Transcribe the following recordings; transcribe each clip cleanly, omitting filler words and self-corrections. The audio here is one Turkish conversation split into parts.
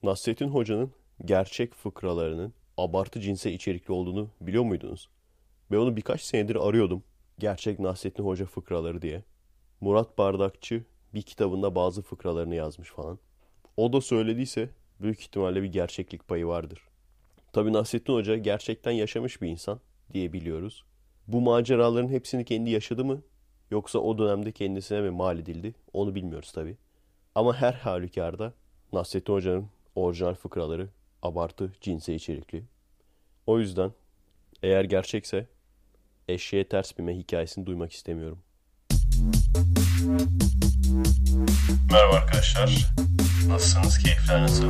Nasrettin Hoca'nın gerçek fıkralarının abartı cinsel içerikli olduğunu biliyor muydunuz? Ben onu birkaç senedir arıyordum. Gerçek Nasrettin Hoca fıkraları diye. Murat Bardakçı bir kitabında bazı fıkralarını yazmış falan. O da söylediyse büyük ihtimalle bir gerçeklik payı vardır. Tabii Nasrettin Hoca gerçekten yaşamış bir insan diye biliyoruz. Bu maceraların hepsini kendi yaşadı mı? Yoksa o dönemde kendisine mi mal edildi? Onu bilmiyoruz tabii. Ama her halükarda Nasrettin Hoca'nın orijinal fıkraları abartı cinsel içerikli. O yüzden eğer gerçekse eşeğe ters binme hikayesini duymak istemiyorum. Merhaba arkadaşlar. Nasılsınız? Keyifler nasıl?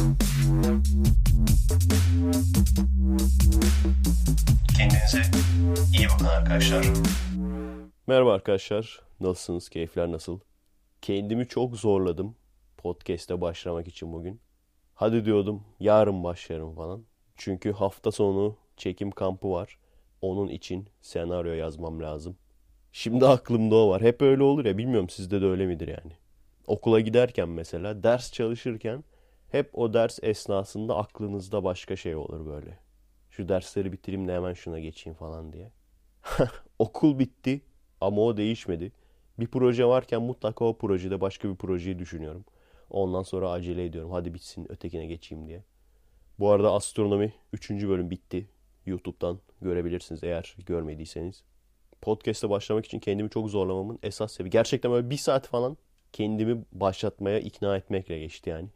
Kendinize iyi bakın arkadaşlar. Merhaba arkadaşlar. Nasılsınız? Keyifler nasıl? Kendimi çok zorladım podcast'e başlamak için bugün. Hadi diyordum yarın başlarım falan. Çünkü hafta sonu çekim kampı var. Onun için senaryo yazmam lazım. Şimdi aklımda o var. Hep öyle olur ya, bilmiyorum sizde de öyle midir yani. Okula giderken mesela ders çalışırken hep o ders esnasında aklınızda başka şey olur böyle. Şu dersleri bitireyim de hemen şuna geçeyim falan diye. Okul bitti ama o değişmedi. Bir proje varken mutlaka o projede başka bir projeyi düşünüyorum. Ondan sonra acele ediyorum. Hadi bitsin ötekine geçeyim diye. Bu arada astronomi 3. bölüm bitti. YouTube'dan görebilirsiniz eğer görmediyseniz. Podcast'e başlamak için kendimi çok zorlamamın esas sebebi. Gerçekten böyle bir saat falan kendimi başlatmaya ikna etmekle geçti yani.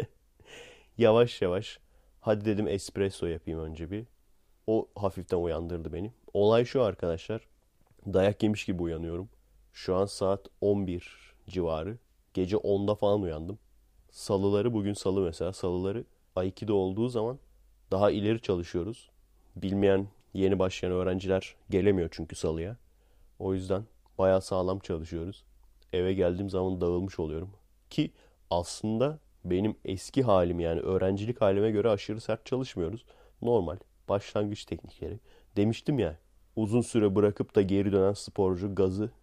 Yavaş yavaş. Hadi dedim espresso yapayım önce bir. O hafiften uyandırdı beni. Olay şu arkadaşlar. Dayak yemiş gibi uyanıyorum. Şu an saat 11 civarı. Gece 10'da falan uyandım. Salıları, bugün salı mesela, salıları Aikido olduğu zaman daha ileri çalışıyoruz. Bilmeyen, yeni başlayan öğrenciler gelemiyor çünkü salıya. O yüzden bayağı sağlam çalışıyoruz. Eve geldiğim zaman dağılmış oluyorum. Ki aslında benim eski halim, yani öğrencilik halime göre aşırı sert çalışmıyoruz. Normal başlangıç teknikleri. Demiştim ya, uzun süre bırakıp da geri dönen sporcu gazı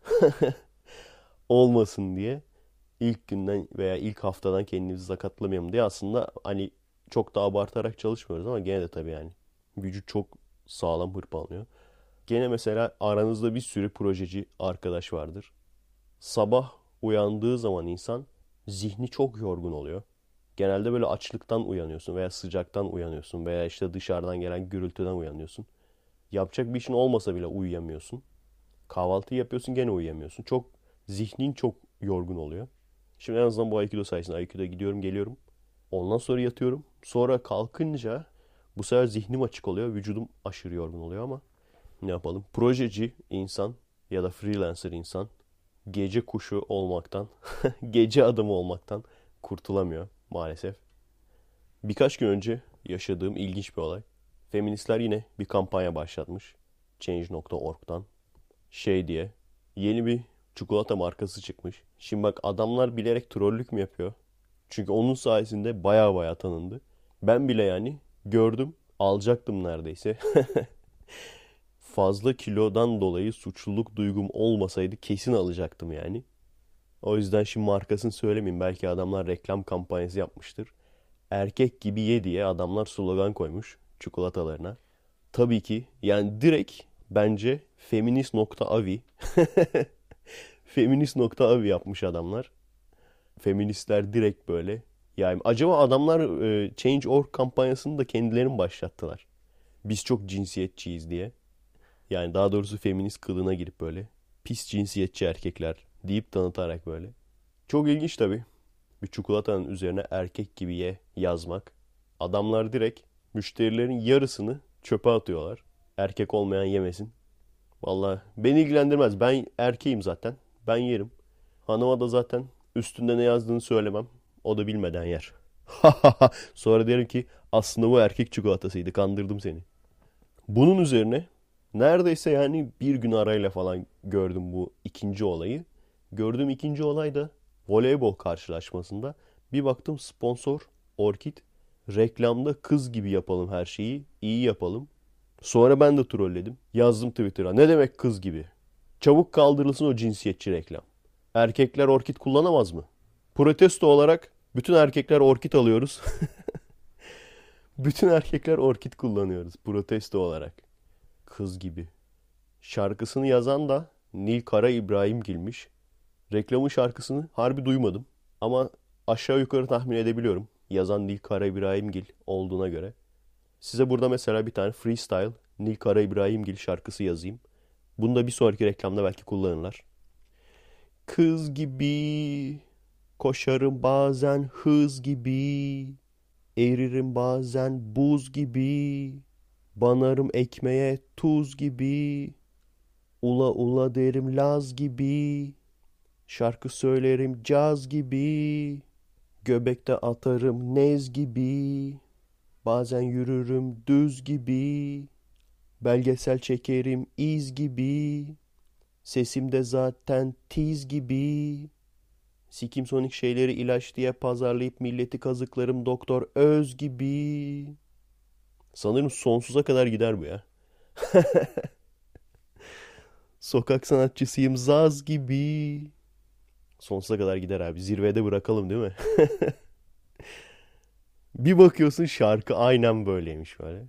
olmasın diye ilk günden veya ilk haftadan kendimizi sakatlamayalım diye aslında hani çok da abartarak çalışmıyoruz ama gene de tabii yani vücut çok sağlam hırpalanıyor. Gene mesela aranızda bir sürü projeci arkadaş vardır. Sabah uyandığı zaman insan zihni çok yorgun oluyor. Genelde böyle açlıktan uyanıyorsun veya sıcaktan uyanıyorsun veya işte dışarıdan gelen gürültüden uyanıyorsun. Yapacak bir işin olmasa bile uyuyamıyorsun. Kahvaltı yapıyorsun gene uyuyamıyorsun. Zihnin çok yorgun oluyor. Şimdi en azından bu Aikido sayesinde Aikido'ya gidiyorum geliyorum. Ondan sonra yatıyorum. Sonra kalkınca bu sefer zihnim açık oluyor. Vücudum aşırı yorgun oluyor ama ne yapalım? Projeci insan ya da freelancer insan gece kuşu olmaktan, gece adamı olmaktan kurtulamıyor maalesef. Birkaç gün önce yaşadığım ilginç bir olay. Feministler yine bir kampanya başlatmış. Change.org'dan. Şey diye, yeni bir çikolata markası çıkmış. Şimdi bak, adamlar bilerek trollük mü yapıyor? Çünkü onun sayesinde baya baya tanındı. Ben bile yani gördüm, alacaktım neredeyse. Fazla kilodan dolayı suçluluk duygum olmasaydı kesin alacaktım yani. O yüzden şimdi markasını söylemeyeyim. Belki adamlar reklam kampanyası yapmıştır. Erkek gibi ye diye adamlar slogan koymuş çikolatalarına. Tabii ki yani direkt bence feminist.avi feminist.avi yapmış adamlar. Feministler direkt böyle. Yani acaba adamlar Change.org kampanyasını da kendileri mi başlattılar? Biz çok cinsiyetçiyiz diye. Yani daha doğrusu feminist kılığına girip böyle pis cinsiyetçi erkekler deyip tanıtarak böyle. Çok ilginç tabii. Bir çikolatanın üzerine erkek gibi ye yazmak. Adamlar direkt müşterilerin yarısını çöpe atıyorlar. Erkek olmayan yemesin. Vallahi beni ilgilendirmez. Ben erkeğim zaten. Ben yerim. Hanıma da zaten üstünde ne yazdığını söylemem. O da bilmeden yer. Sonra derim ki aslında bu erkek çikolatasıydı. Kandırdım seni. Bunun üzerine neredeyse yani bir gün arayla falan gördüm bu ikinci olayı. Gördüğüm ikinci olay da voleybol karşılaşmasında. Bir baktım sponsor Orkid. Reklamda kız gibi yapalım her şeyi, iyi yapalım. Sonra ben de trolledim. Yazdım Twitter'a. Ne demek kız gibi? Çabuk kaldırılsın o cinsiyetçi reklam. Erkekler orkid kullanamaz mı? Protesto olarak bütün erkekler orkid alıyoruz. Bütün erkekler orkid kullanıyoruz protesto olarak. Kız gibi. Şarkısını yazan da Nil Kara İbrahimgil'miş. Reklamın şarkısını harbi duymadım. Ama aşağı yukarı tahmin edebiliyorum. Yazan Nil Kara İbrahimgil olduğuna göre. Size burada mesela bir tane freestyle Nil Kara İbrahimgil şarkısı yazayım. Bunu da bir sonraki reklamda belki kullanırlar. Kız gibi koşarım bazen hız gibi. Eririm bazen buz gibi. Banarım ekmeğe tuz gibi. Ula ula derim Laz gibi. Şarkı söylerim caz gibi. Göbekte atarım nez gibi. Bazen yürürüm düz gibi. Belgesel çekerim iz gibi. Sesimde zaten tiz gibi. Sikimsonik şeyleri ilaç diye pazarlayıp milleti kazıklarım Doktor Öz gibi. Sanırım sonsuza kadar gider bu ya. Sokak sanatçısıyım Zaz gibi. Sonsuza kadar gider abi. Zirvede bırakalım değil mi? Bir bakıyorsun şarkı aynen böyleymiş böyle.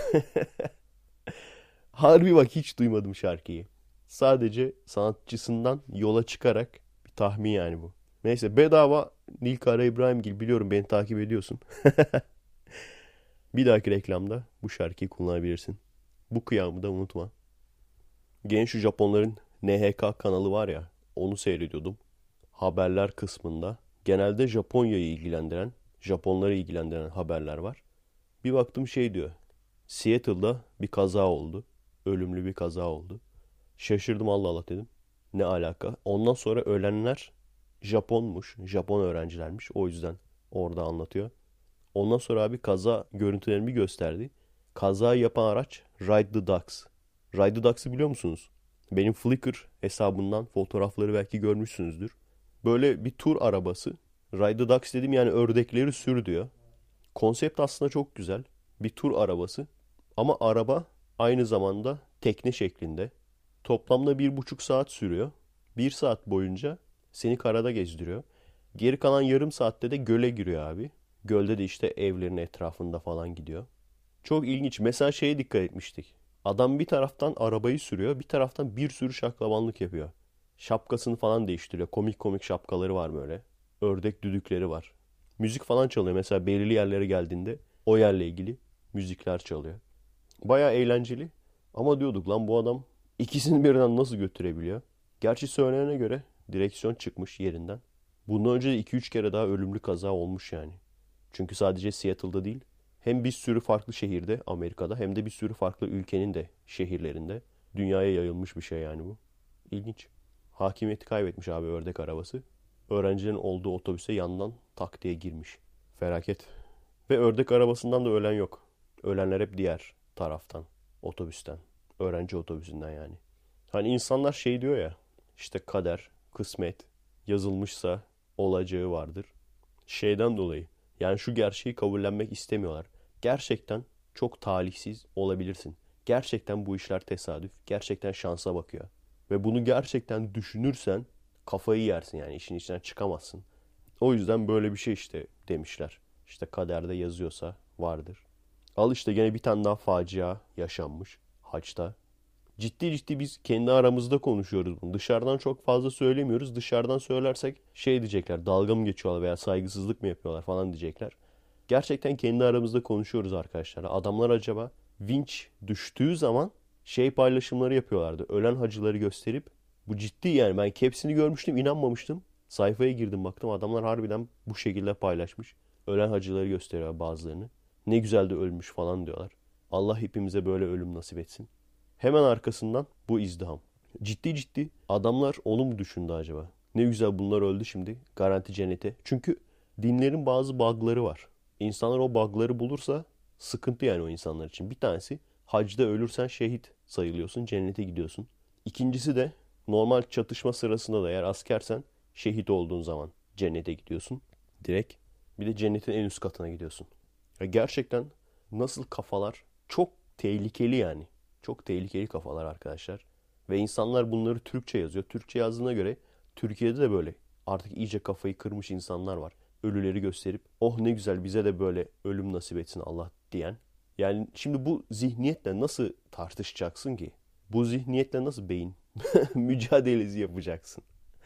Harbi bak hiç duymadım şarkıyı. Sadece sanatçısından yola çıkarak bir tahmin yani bu. Neyse bedava Nil Kara İbrahimgil biliyorum beni takip ediyorsun. Bir dahaki reklamda bu şarkıyı kullanabilirsin. Bu kıyamı da unutma. Gene şu Japonların NHK kanalı var ya onu seyrediyordum. Haberler kısmında genelde Japonya'yı ilgilendiren, Japonları ilgilendiren haberler var. Bir baktım şey diyor. Seattle'da bir kaza oldu. Ölümlü bir kaza oldu. Şaşırdım Allah Allah dedim. Ne alaka? Ondan sonra ölenler Japonmuş. Japon öğrencilermiş. O yüzden orada anlatıyor. Ondan sonra abi kaza görüntülerini bir gösterdi. Kazayı yapan araç Ride the Ducks. Ride the Ducks'ı biliyor musunuz? Benim Flickr hesabından fotoğrafları belki görmüşsünüzdür. Böyle bir tur arabası. Ride the Ducks dedim yani ördekleri sür diyor. Konsept aslında çok güzel. Bir tur arabası. Ama araba aynı zamanda tekne şeklinde. Toplamda 1,5 saat sürüyor. 1 saat boyunca seni karada gezdiriyor. Geri kalan yarım saatte de göle giriyor abi. Gölde de işte evlerin etrafında falan gidiyor. Çok ilginç. Mesela şeye dikkat etmiştik. Adam bir taraftan arabayı sürüyor, bir taraftan bir sürü şaklabanlık yapıyor. Şapkasını falan değiştiriyor. Komik komik şapkaları var böyle. Ördek düdükleri var. Müzik falan çalıyor. Mesela belirli yerlere geldiğinde o yerle ilgili müzikler çalıyor. Baya eğlenceli. Ama diyorduk lan bu adam ikisini birden nasıl götürebiliyor? Gerçi söylenene göre direksiyon çıkmış yerinden. Bundan önce de 2-3 kere daha ölümlü kaza olmuş yani. Çünkü sadece Seattle'da değil, hem bir sürü farklı şehirde Amerika'da hem de bir sürü farklı ülkenin de şehirlerinde dünyaya yayılmış bir şey yani bu. İlginç. Hakimiyeti kaybetmiş abi ördek arabası. Öğrencilerin olduğu otobüse yandan tak diye girmiş. Felaket. Ve ördek arabasından da ölen yok. Ölenler hep diğer taraftan, otobüsten. Öğrenci otobüsünden yani. Hani insanlar şey diyor ya, işte kader, kısmet, yazılmışsa olacağı vardır. Şeyden dolayı, yani şu gerçeği kabullenmek istemiyorlar. Gerçekten çok talihsiz olabilirsin. Gerçekten bu işler tesadüf, gerçekten şansa bakıyor. Ve bunu gerçekten düşünürsen kafayı yersin yani işin içinden çıkamazsın. O yüzden böyle bir şey işte demişler. İşte kaderde yazıyorsa vardır. Al işte gene bir tane daha facia yaşanmış haçta. Ciddi ciddi biz kendi aramızda konuşuyoruz bunu. Dışarıdan çok fazla söylemiyoruz. Dışarıdan söylersek şey diyecekler. Dalga mı geçiyorlar veya saygısızlık mı yapıyorlar falan diyecekler. Gerçekten kendi aramızda konuşuyoruz arkadaşlar. Adamlar acaba vinç düştüğü zaman şey paylaşımları yapıyorlardı. Ölen hacıları gösterip bu ciddi yani ben hepsini görmüştüm inanmamıştım. Sayfaya girdim baktım adamlar harbiden bu şekilde paylaşmış. Ölen hacıları gösteriyor bazılarını. Ne güzel de ölmüş falan diyorlar. Allah hepimize böyle ölüm nasip etsin. Hemen arkasından bu izdiham. Ciddi ciddi adamlar onu mu düşündü acaba? Ne güzel bunlar öldü şimdi. Garanti cennete. Çünkü dinlerin bazı bug'ları var. İnsanlar o bug'ları bulursa sıkıntı yani o insanlar için. Bir tanesi hacda ölürsen şehit sayılıyorsun. Cennete gidiyorsun. İkincisi de normal çatışma sırasında da eğer askersen şehit olduğun zaman cennete gidiyorsun. Direkt. Bir de cennetin en üst katına gidiyorsun. Gerçekten nasıl kafalar çok tehlikeli yani. Çok tehlikeli kafalar arkadaşlar. Ve insanlar bunları Türkçe yazıyor. Türkçe yazdığına göre Türkiye'de de böyle artık iyice kafayı kırmış insanlar var. ölüleri gösterip oh ne güzel bize de böyle ölüm nasip etsin Allah diyen. Yani şimdi bu zihniyetle nasıl tartışacaksın ki? Bu zihniyetle nasıl beyin mücadelesi yapacaksın?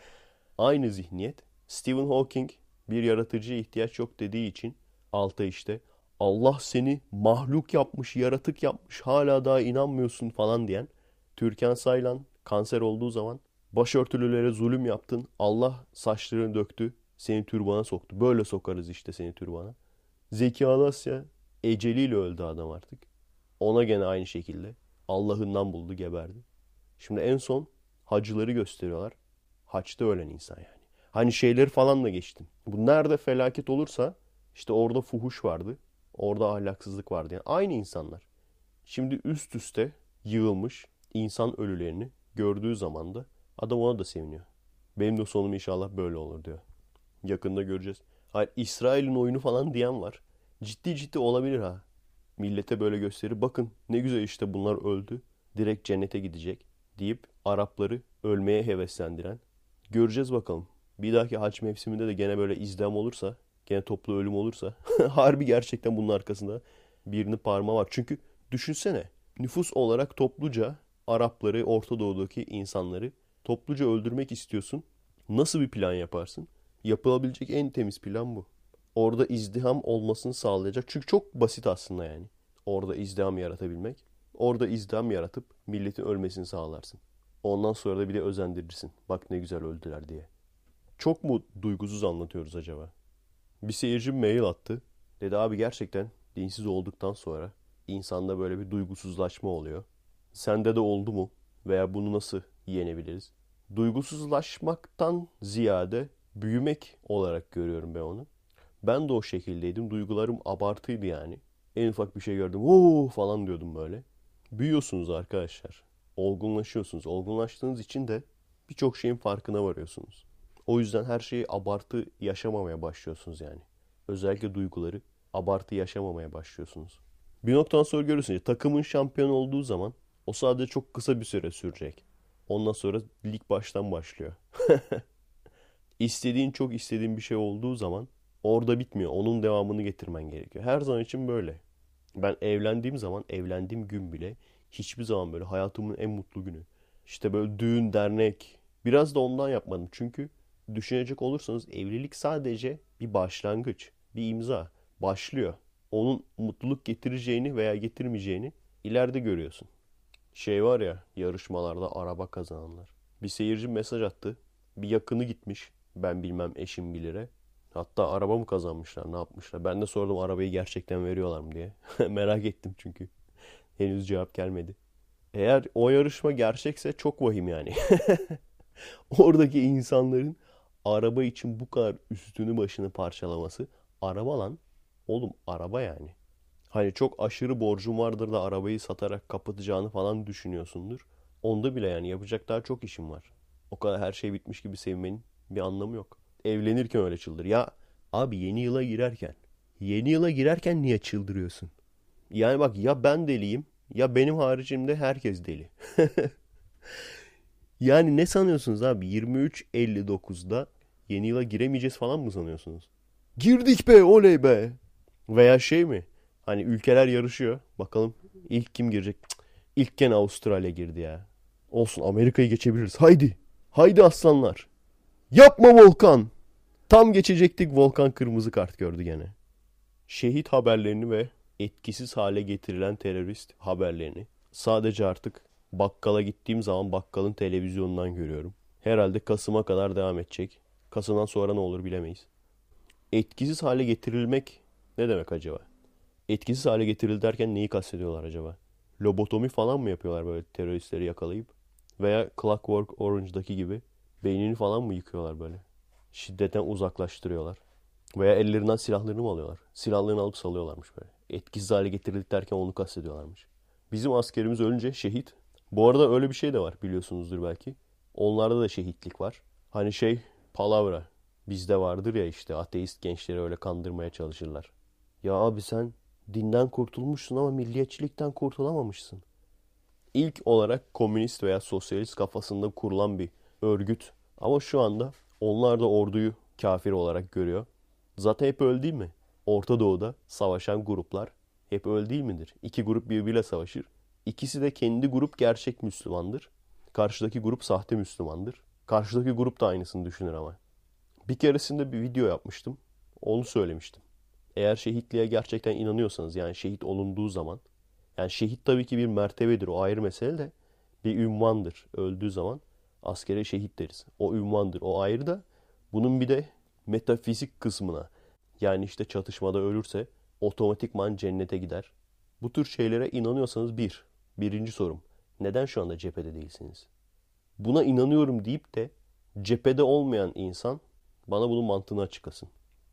Aynı zihniyet Stephen Hawking bir yaratıcıya ihtiyaç yok dediği için alta işte Allah seni mahluk yapmış, yaratık yapmış, hala daha inanmıyorsun falan diyen Türkan Saylan kanser olduğu zaman başörtülülere zulüm yaptın, Allah saçlarını döktü, seni türbana soktu. Böyle sokarız işte seni türbana. Zeki Alasya eceliyle öldü adam artık. Ona gene aynı şekilde Allah'ından buldu, geberdi. Şimdi en son hacıları gösteriyorlar. Haçta ölen insan yani. Hani şeyleri falan da geçtim. Bu nerede felaket olursa işte orada fuhuş vardı. Orada ahlaksızlık vardı. Yani aynı insanlar. Şimdi üst üste yığılmış insan ölülerini gördüğü zaman da adam ona da seviniyor. Benim de sonum inşallah böyle olur diyor. Yakında göreceğiz. Hayır, İsrail'in oyunu falan diyen var. Ciddi ciddi olabilir ha. Millete böyle gösterir. Bakın ne güzel işte bunlar öldü. Direkt cennete gidecek deyip Arapları ölmeye heveslendiren. Göreceğiz bakalım. Bir dahaki hac mevsiminde de gene böyle izdiham olursa, gene toplu ölüm olursa harbi gerçekten bunun arkasında birinin parmağı var. Çünkü düşünsene nüfus olarak topluca Arapları, Orta Doğu'daki insanları topluca öldürmek istiyorsun. Nasıl bir plan yaparsın? Yapılabilecek en temiz plan bu. Orada izdiham olmasını sağlayacak. Çünkü çok basit aslında yani. Orada izdiham yaratabilmek. Orada izdiham yaratıp milletin ölmesini sağlarsın. Ondan sonra da bir de özendirirsin. Bak ne güzel öldüler diye. Çok mu duygusuz anlatıyoruz acaba? Bir seyirci mail attı. Dedi abi gerçekten dinsiz olduktan sonra insanda böyle bir duygusuzlaşma oluyor. Sende de oldu mu? Veya bunu nasıl yenebiliriz? Duygusuzlaşmaktan ziyade büyümek olarak görüyorum ben onu. Ben de o şekildeydim. Duygularım abartıydı yani. En ufak bir şey gördüm. Oo falan diyordum böyle. Büyüyorsunuz arkadaşlar. Olgunlaşıyorsunuz. Olgunlaştığınız için de birçok şeyin farkına varıyorsunuz. O yüzden her şeyi abartı yaşamamaya başlıyorsunuz yani. Özellikle duyguları abartı yaşamamaya başlıyorsunuz. Bir noktadan sonra görürsünüz. Takımın şampiyon olduğu zaman o sadece çok kısa bir süre sürecek. Ondan sonra lig baştan başlıyor. İstediğin çok istediğin bir şey olduğu zaman orada bitmiyor. Onun devamını getirmen gerekiyor. Her zaman için böyle. Ben evlendiğim zaman, evlendiğim gün bile hiçbir zaman böyle hayatımın en mutlu günü. İşte böyle düğün, dernek. Biraz da ondan yapmadım. Çünkü düşünecek olursanız evlilik sadece bir başlangıç, bir imza. Başlıyor. Onun mutluluk getireceğini veya getirmeyeceğini ileride görüyorsun. Şey var ya yarışmalarda araba kazananlar. Bir seyirci mesaj attı. Bir yakını gitmiş. Ben bilmem eşim bilire. Hatta araba mı kazanmışlar ne yapmışlar. Ben de sordum arabayı gerçekten veriyorlar mı diye. Merak ettim çünkü. Henüz cevap gelmedi. Eğer o yarışma gerçekse çok vahim yani. Oradaki insanların araba için bu kadar üstünü başını parçalaması. Araba lan. Oğlum araba yani. Hani çok aşırı borcun vardır da arabayı satarak kapatacağını falan düşünüyorsundur. Onda bile yani yapacak daha çok işim var. O kadar her şey bitmiş gibi sevmenin bir anlamı yok. Evlenirken öyle çıldır. Ya abi yeni yıla girerken niye çıldırıyorsun? Yani bak ya ben deliyim ya benim haricimde herkes deli. Yani ne sanıyorsunuz abi 23.59'da yeni yıla giremeyeceğiz falan mı sanıyorsunuz? Girdik be oley be. Veya şey mi? Hani ülkeler yarışıyor. Bakalım ilk kim girecek? Cık, İlk gene Avustralya girdi ya. Olsun Amerika'yı geçebiliriz. Haydi. Haydi aslanlar. Yapma Volkan. Tam geçecektik Volkan kırmızı kart gördü gene. Şehit haberlerini ve etkisiz hale getirilen terörist haberlerini sadece artık bakkala gittiğim zaman bakkalın televizyonundan görüyorum. Herhalde Kasım'a kadar devam edecek. Kasım'dan sonra ne olur bilemeyiz. Etkisiz hale getirilmek ne demek acaba? Etkisiz hale getirildi derken neyi kastediyorlar acaba? Lobotomi falan mı yapıyorlar böyle teröristleri yakalayıp? Veya Clockwork Orange'daki gibi beynini falan mı yıkıyorlar böyle? Şiddetten uzaklaştırıyorlar. Veya ellerinden silahlarını mı alıyorlar? Silahlarını alıp salıyorlarmış böyle. Etkisiz hale getirildik derken onu kastediyorlarmış. Bizim askerimiz ölünce şehit. Bu arada öyle bir şey de var biliyorsunuzdur belki. Onlarda da şehitlik var. Hani şey palavra bizde vardır ya işte ateist gençleri öyle kandırmaya çalışırlar. Ya abi sen dinden kurtulmuşsun ama milliyetçilikten kurtulamamışsın. İlk olarak komünist veya sosyalist kafasında kurulan bir örgüt. Ama şu anda onlar da orduyu kafir olarak görüyor. Zaten hep öyle değil mi? Orta Doğu'da savaşan gruplar hep öyle değil midir? İki grup birbiriyle savaşır. İkisi de kendi grup gerçek Müslümandır. Karşıdaki grup sahte Müslümandır. Karşıdaki grup da aynısını düşünür ama. Bir keresinde bir video yapmıştım. Onu söylemiştim. Eğer şehitliğe gerçekten inanıyorsanız, yani şehit olunduğu zaman, yani şehit tabii ki bir mertebedir, o ayrı mesele de, bir ünvandır. Öldüğü zaman askere şehit deriz. O ünvandır, o ayrı da. Bunun bir de metafizik kısmına, yani işte çatışmada ölürse otomatikman cennete gider. Bu tür şeylere inanıyorsanız birinci sorum. Neden şu anda cephede değilsiniz? Buna inanıyorum deyip de cephede olmayan insan bana bunun mantığını açıklasın.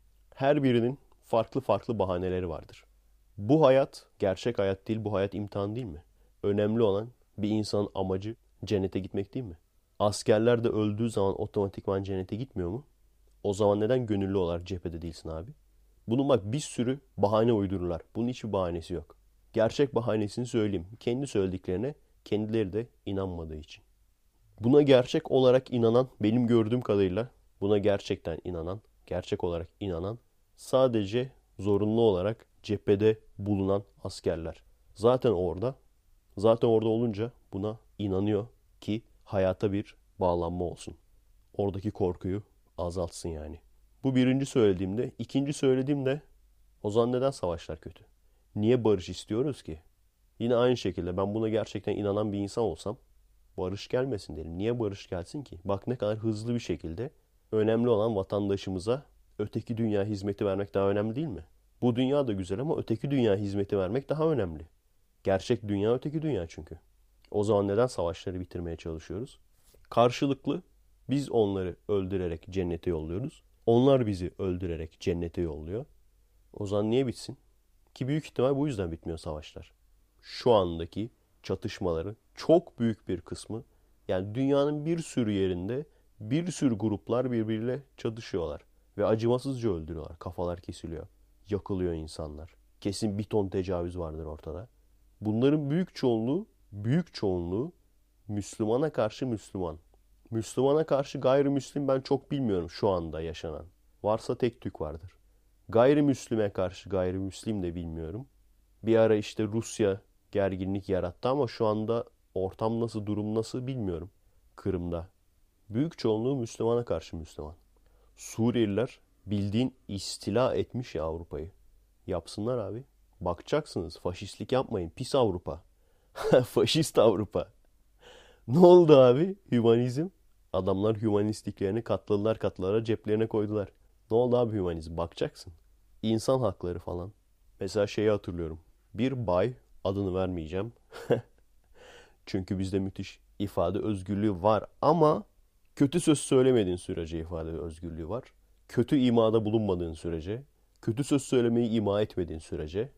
Her birinin farklı farklı bahaneleri vardır. Bu hayat gerçek hayat değil, bu hayat imtihan değil mi? Önemli olan bir insanın amacı cennete gitmek değil mi? Askerler de öldüğü zaman otomatikman cennete gitmiyor mu? O zaman neden gönüllü olarak cephede değilsin abi? Bunun bak bir sürü bahane uydururlar. Bunun hiçbir bahanesi yok. Gerçek bahanesini söyleyeyim. Kendi söylediklerine kendileri de inanmadığı için. Buna gerçek olarak inanan, benim gördüğüm kadarıyla buna gerçekten inanan, gerçek olarak inanan sadece zorunlu olarak cephede bulunan askerler. Zaten orada. Zaten orada olunca buna inanıyor ki hayata bir bağlanma olsun. Oradaki korkuyu azaltsın yani. Bu birinci söylediğimde. İkinci söylediğimde, o zaman neden savaşlar kötü? Niye barış istiyoruz ki? Yine aynı şekilde ben buna gerçekten inanan bir insan olsam barış gelmesin derim. Niye barış gelsin ki? Bak ne kadar hızlı bir şekilde önemli olan vatandaşımıza öteki dünya hizmeti vermek daha önemli değil mi? Bu dünya da güzel ama öteki dünya hizmeti vermek daha önemli. Gerçek dünya öteki dünya çünkü. O zaman neden savaşları bitirmeye çalışıyoruz? Karşılıklı biz onları öldürerek cennete yolluyoruz. Onlar bizi öldürerek cennete yolluyor. O zaman niye bitsin? Ki büyük ihtimal bu yüzden bitmiyor savaşlar. Şu andaki çatışmaların çok büyük bir kısmı, yani dünyanın bir sürü yerinde bir sürü gruplar birbiriyle çatışıyorlar. Ve acımasızca öldürüyorlar. Kafalar kesiliyor. Yakılıyor insanlar. Kesin bir ton tecavüz vardır ortada. Bunların büyük çoğunluğu Müslümana karşı Müslüman. Müslümana karşı gayrimüslim ben çok bilmiyorum şu anda yaşanan. Varsa tek tük vardır. Gayrimüslime karşı gayrimüslim de bilmiyorum. Bir ara işte Rusya gerginlik yarattı ama şu anda ortam nasıl, durum nasıl bilmiyorum Kırım'da. Büyük çoğunluğu Müslümana karşı Müslüman. Suriyeliler bildiğin istila etmiş ya Avrupa'yı. Yapsınlar abi. Bakacaksınız, faşistlik yapmayın. Pis Avrupa. Faşist Avrupa. Ne oldu abi? Hümanizm. Adamlar hümanistliklerini katladılar katlara ceplerine koydular. Ne oldu abi hümanizm? Bakacaksın. İnsan hakları falan. Mesela şeyi hatırlıyorum. Bir bay, adını vermeyeceğim. Çünkü bizde müthiş ifade özgürlüğü var ama kötü söz söylemediğin sürece ifade özgürlüğü var. Kötü imada bulunmadığın sürece, kötü söz söylemeyi ima etmediğin sürece,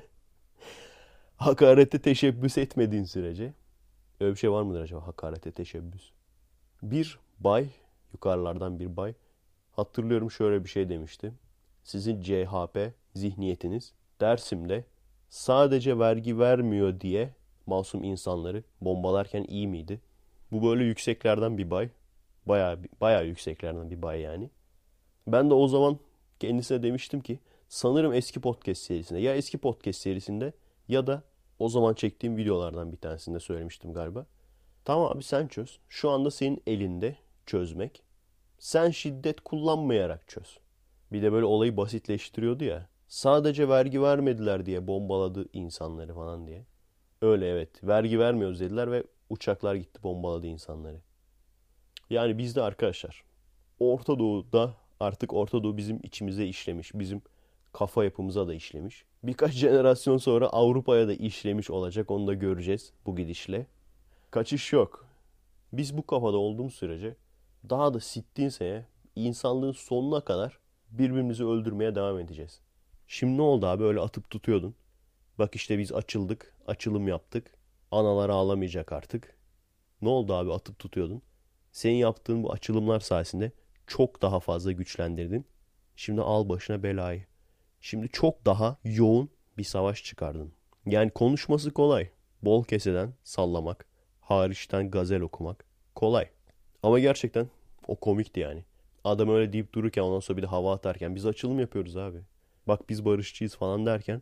hakarete teşebbüs etmediğin sürece, öyle bir şey var mıdır acaba, hakarete teşebbüs? Bir bay, yukarılardan bir bay, hatırlıyorum şöyle bir şey demişti. Sizin CHP zihniyetiniz Dersim'de sadece vergi vermiyor diye masum insanları bombalarken iyi miydi? Bu böyle yükseklerden bir bay. Bayağı yükseklerden bir bay yani. Ben de o zaman kendisine demiştim ki sanırım eski podcast serisinde, ya eski podcast serisinde ya da o zaman çektiğim videolardan bir tanesinde söylemiştim galiba. Tamam abi sen çöz. Şu anda senin elinde çözmek. Sen şiddet kullanmayarak çöz. Bir de böyle olayı basitleştiriyordu ya. Sadece vergi vermediler diye bombaladı insanları falan diye. Öyle evet. Vergi vermiyoruz dediler ve uçaklar gitti bombaladı insanları. Yani bizde arkadaşlar Orta Doğu'da artık Orta Doğu bizim içimize işlemiş. Bizim kafa yapımıza da işlemiş. Birkaç jenerasyon sonra Avrupa'ya da işlemiş olacak. Onu da göreceğiz bu gidişle. Kaçış yok. Biz bu kafada olduğumuz sürece daha da sittinseye insanlığın sonuna kadar birbirimizi öldürmeye devam edeceğiz. Şimdi ne oldu abi, öyle atıp tutuyordun. Bak işte biz açıldık, açılım yaptık. Analar ağlamayacak artık. Ne oldu abi, atıp tutuyordun. Senin yaptığın bu açılımlar sayesinde çok daha fazla güçlendirdin. Şimdi al başına belayı. Şimdi çok daha yoğun bir savaş çıkardın. Yani konuşması kolay. Bol keseden sallamak, hariçten gazel okumak kolay. Ama gerçekten o komikti yani. Adam öyle deyip dururken ondan sonra bir de hava atarken biz açılım yapıyoruz abi. Bak biz barışçıyız falan derken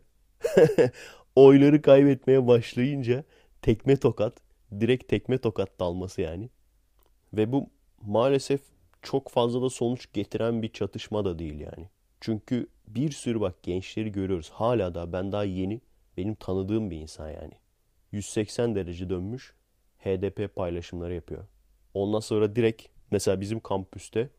oyları kaybetmeye başlayınca tekme tokat, direkt tekme tokat dalması yani. Ve bu maalesef çok fazla da sonuç getiren bir çatışma da değil yani. Çünkü bir sürü bak gençleri görüyoruz. Hala da ben daha yeni benim tanıdığım bir insan yani. 180 derece dönmüş HDP paylaşımları yapıyor. Ondan sonra direkt mesela bizim kampüste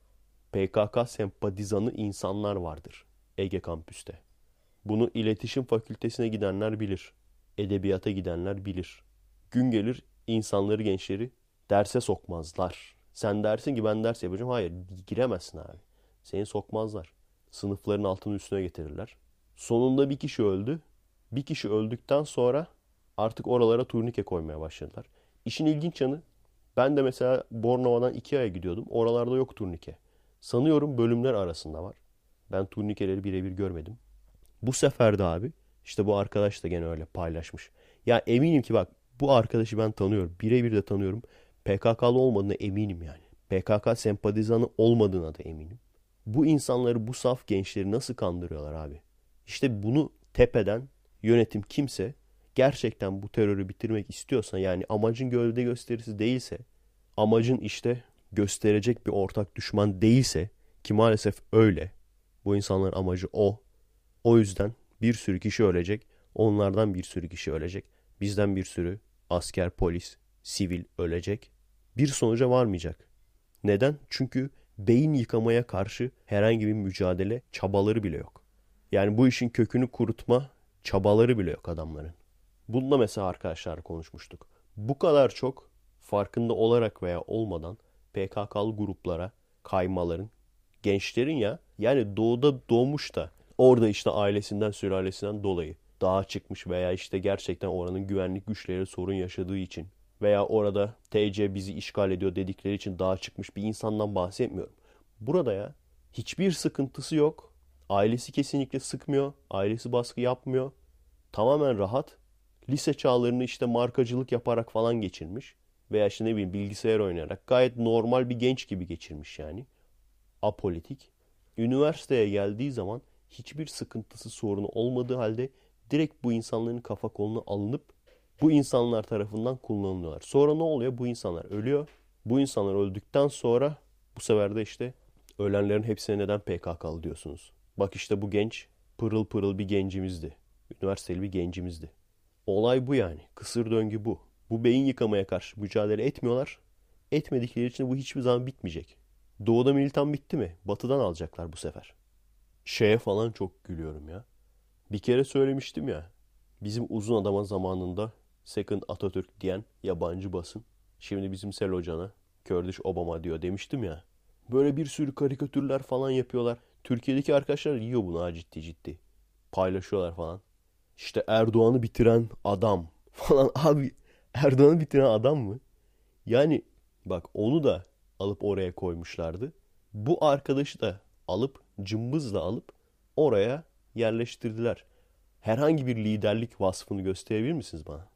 PKK sempatizanı insanlar vardır. Ege kampüste. Bunu iletişim fakültesine gidenler bilir. Edebiyata gidenler bilir. Gün gelir insanları, gençleri derse sokmazlar. Sen dersin ki ben ders yapacağım. Hayır, giremezsin abi. Seni sokmazlar. Sınıfların altını üstüne getirirler. Sonunda bir kişi öldü. Bir kişi öldükten sonra artık oralara turnike koymaya başladılar. İşin ilginç yanı, ben de mesela Bornova'dan 2 aya gidiyordum. Oralarda yok turnike. Sanıyorum bölümler arasında var. Ben turnikeleri birebir görmedim. Bu sefer de abi işte bu arkadaş da gene öyle paylaşmış. Ya eminim ki bak bu arkadaşı ben tanıyorum. Birebir de tanıyorum. PKK'lı olmadığına eminim yani. PKK sempatizanı olmadığına da eminim. Bu insanları, bu saf gençleri nasıl kandırıyorlar abi? İşte bunu tepeden yönetim kimse gerçekten bu terörü bitirmek istiyorsa, yani amacın gövde gösterisi değilse, amacın işte gösterecek bir ortak düşman değilse, ki maalesef öyle. Bu insanların amacı o. O yüzden bir sürü kişi ölecek. Onlardan bir sürü kişi ölecek. Bizden bir sürü asker, polis, sivil ölecek. Bir sonuca varmayacak. Neden? Çünkü beyin yıkamaya karşı herhangi bir mücadele çabaları bile yok. Yani bu işin kökünü kurutma çabaları bile yok adamların. Bununla mesela arkadaşlar konuşmuştuk. Bu kadar çok farkında olarak veya olmadan PKK'lı gruplara kaymaların, gençlerin ya yani doğuda doğmuş da orada işte ailesinden sülalesinden dolayı dağa çıkmış veya işte gerçekten oranın güvenlik güçleri sorun yaşadığı için veya orada TC bizi işgal ediyor dedikleri için dağa çıkmış bir insandan bahsetmiyorum. Burada ya hiçbir sıkıntısı yok. Ailesi kesinlikle sıkmıyor. Ailesi baskı yapmıyor. Tamamen rahat. Lise çağlarını işte markacılık yaparak falan geçirmiş. Veya işte ne bileyim bilgisayar oynayarak gayet normal bir genç gibi geçirmiş yani. Apolitik. Üniversiteye geldiği zaman hiçbir sıkıntısı, sorunu olmadığı halde direkt bu insanların kafa koluna alınıp bu insanlar tarafından kullanılıyorlar. Sonra ne oluyor? Bu insanlar ölüyor. Bu insanlar öldükten sonra bu sefer de işte ölenlerin hepsine neden PKK'lı diyorsunuz? Bak işte bu genç pırıl pırıl bir gencimizdi. Üniversiteli bir gencimizdi. Olay bu yani. Kısır döngü bu. Bu beyin yıkamaya karşı mücadele etmiyorlar. Etmedikleri için bu hiçbir zaman bitmeyecek. Doğuda militan bitti mi? Batı'dan alacaklar bu sefer. Şeye falan çok gülüyorum ya. Bir kere söylemiştim ya. Bizim uzun adama zamanında Second Atatürk diyen yabancı basın. Şimdi bizim Selocan'a Kurdiş Obama diyor demiştim ya. Böyle bir sürü karikatürler falan yapıyorlar. Türkiye'deki arkadaşlar yiyor bunu ha, ciddi ciddi. Paylaşıyorlar falan. İşte Erdoğan'ı bitiren adam falan. Abi Erdoğan'ı bitiren adam mı? Yani bak onu da alıp oraya koymuşlardı. Bu arkadaşı da alıp cımbızla alıp oraya yerleştirdiler. Herhangi bir liderlik vasfını gösterebilir misiniz bana?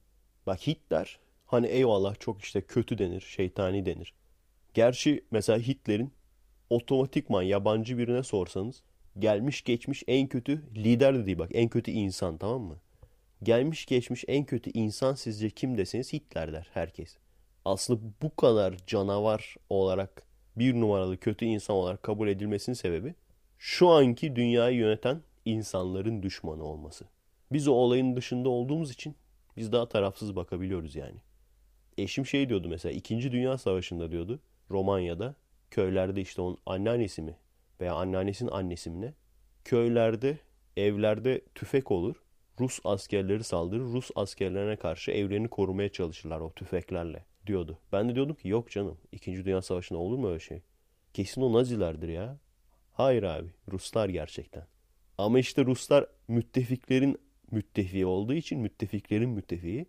Bak Hitler hani eyvallah çok işte kötü denir, şeytani denir. Gerçi mesela Hitler'in otomatikman yabancı birine sorsanız gelmiş geçmiş en kötü lider de değil, bak en kötü insan, tamam mı? Gelmiş geçmiş en kötü insan sizce kim deseniz Hitler der herkes. Aslında bu kadar canavar olarak bir numaralı kötü insan olarak kabul edilmesinin sebebi şu anki dünyayı yöneten insanların düşmanı olması. Biz o olayın dışında olduğumuz için biz daha tarafsız bakabiliyoruz yani. Eşim şey diyordu mesela 2. Dünya Savaşı'nda diyordu Romanya'da köylerde işte onun anneannesi mi veya anneannesinin annesi mi ne? Köylerde evlerde tüfek olur. Rus askerleri saldırır. Rus askerlerine karşı evlerini korumaya çalışırlar o tüfeklerle diyordu. Ben de diyordum ki yok canım 2. Dünya Savaşı'nda olur mu öyle şey? Kesin o Nazilerdir ya. Hayır abi Ruslar gerçekten. Ama işte Ruslar müttefiklerin müttefiği olduğu için müttefiklerin müttefiği.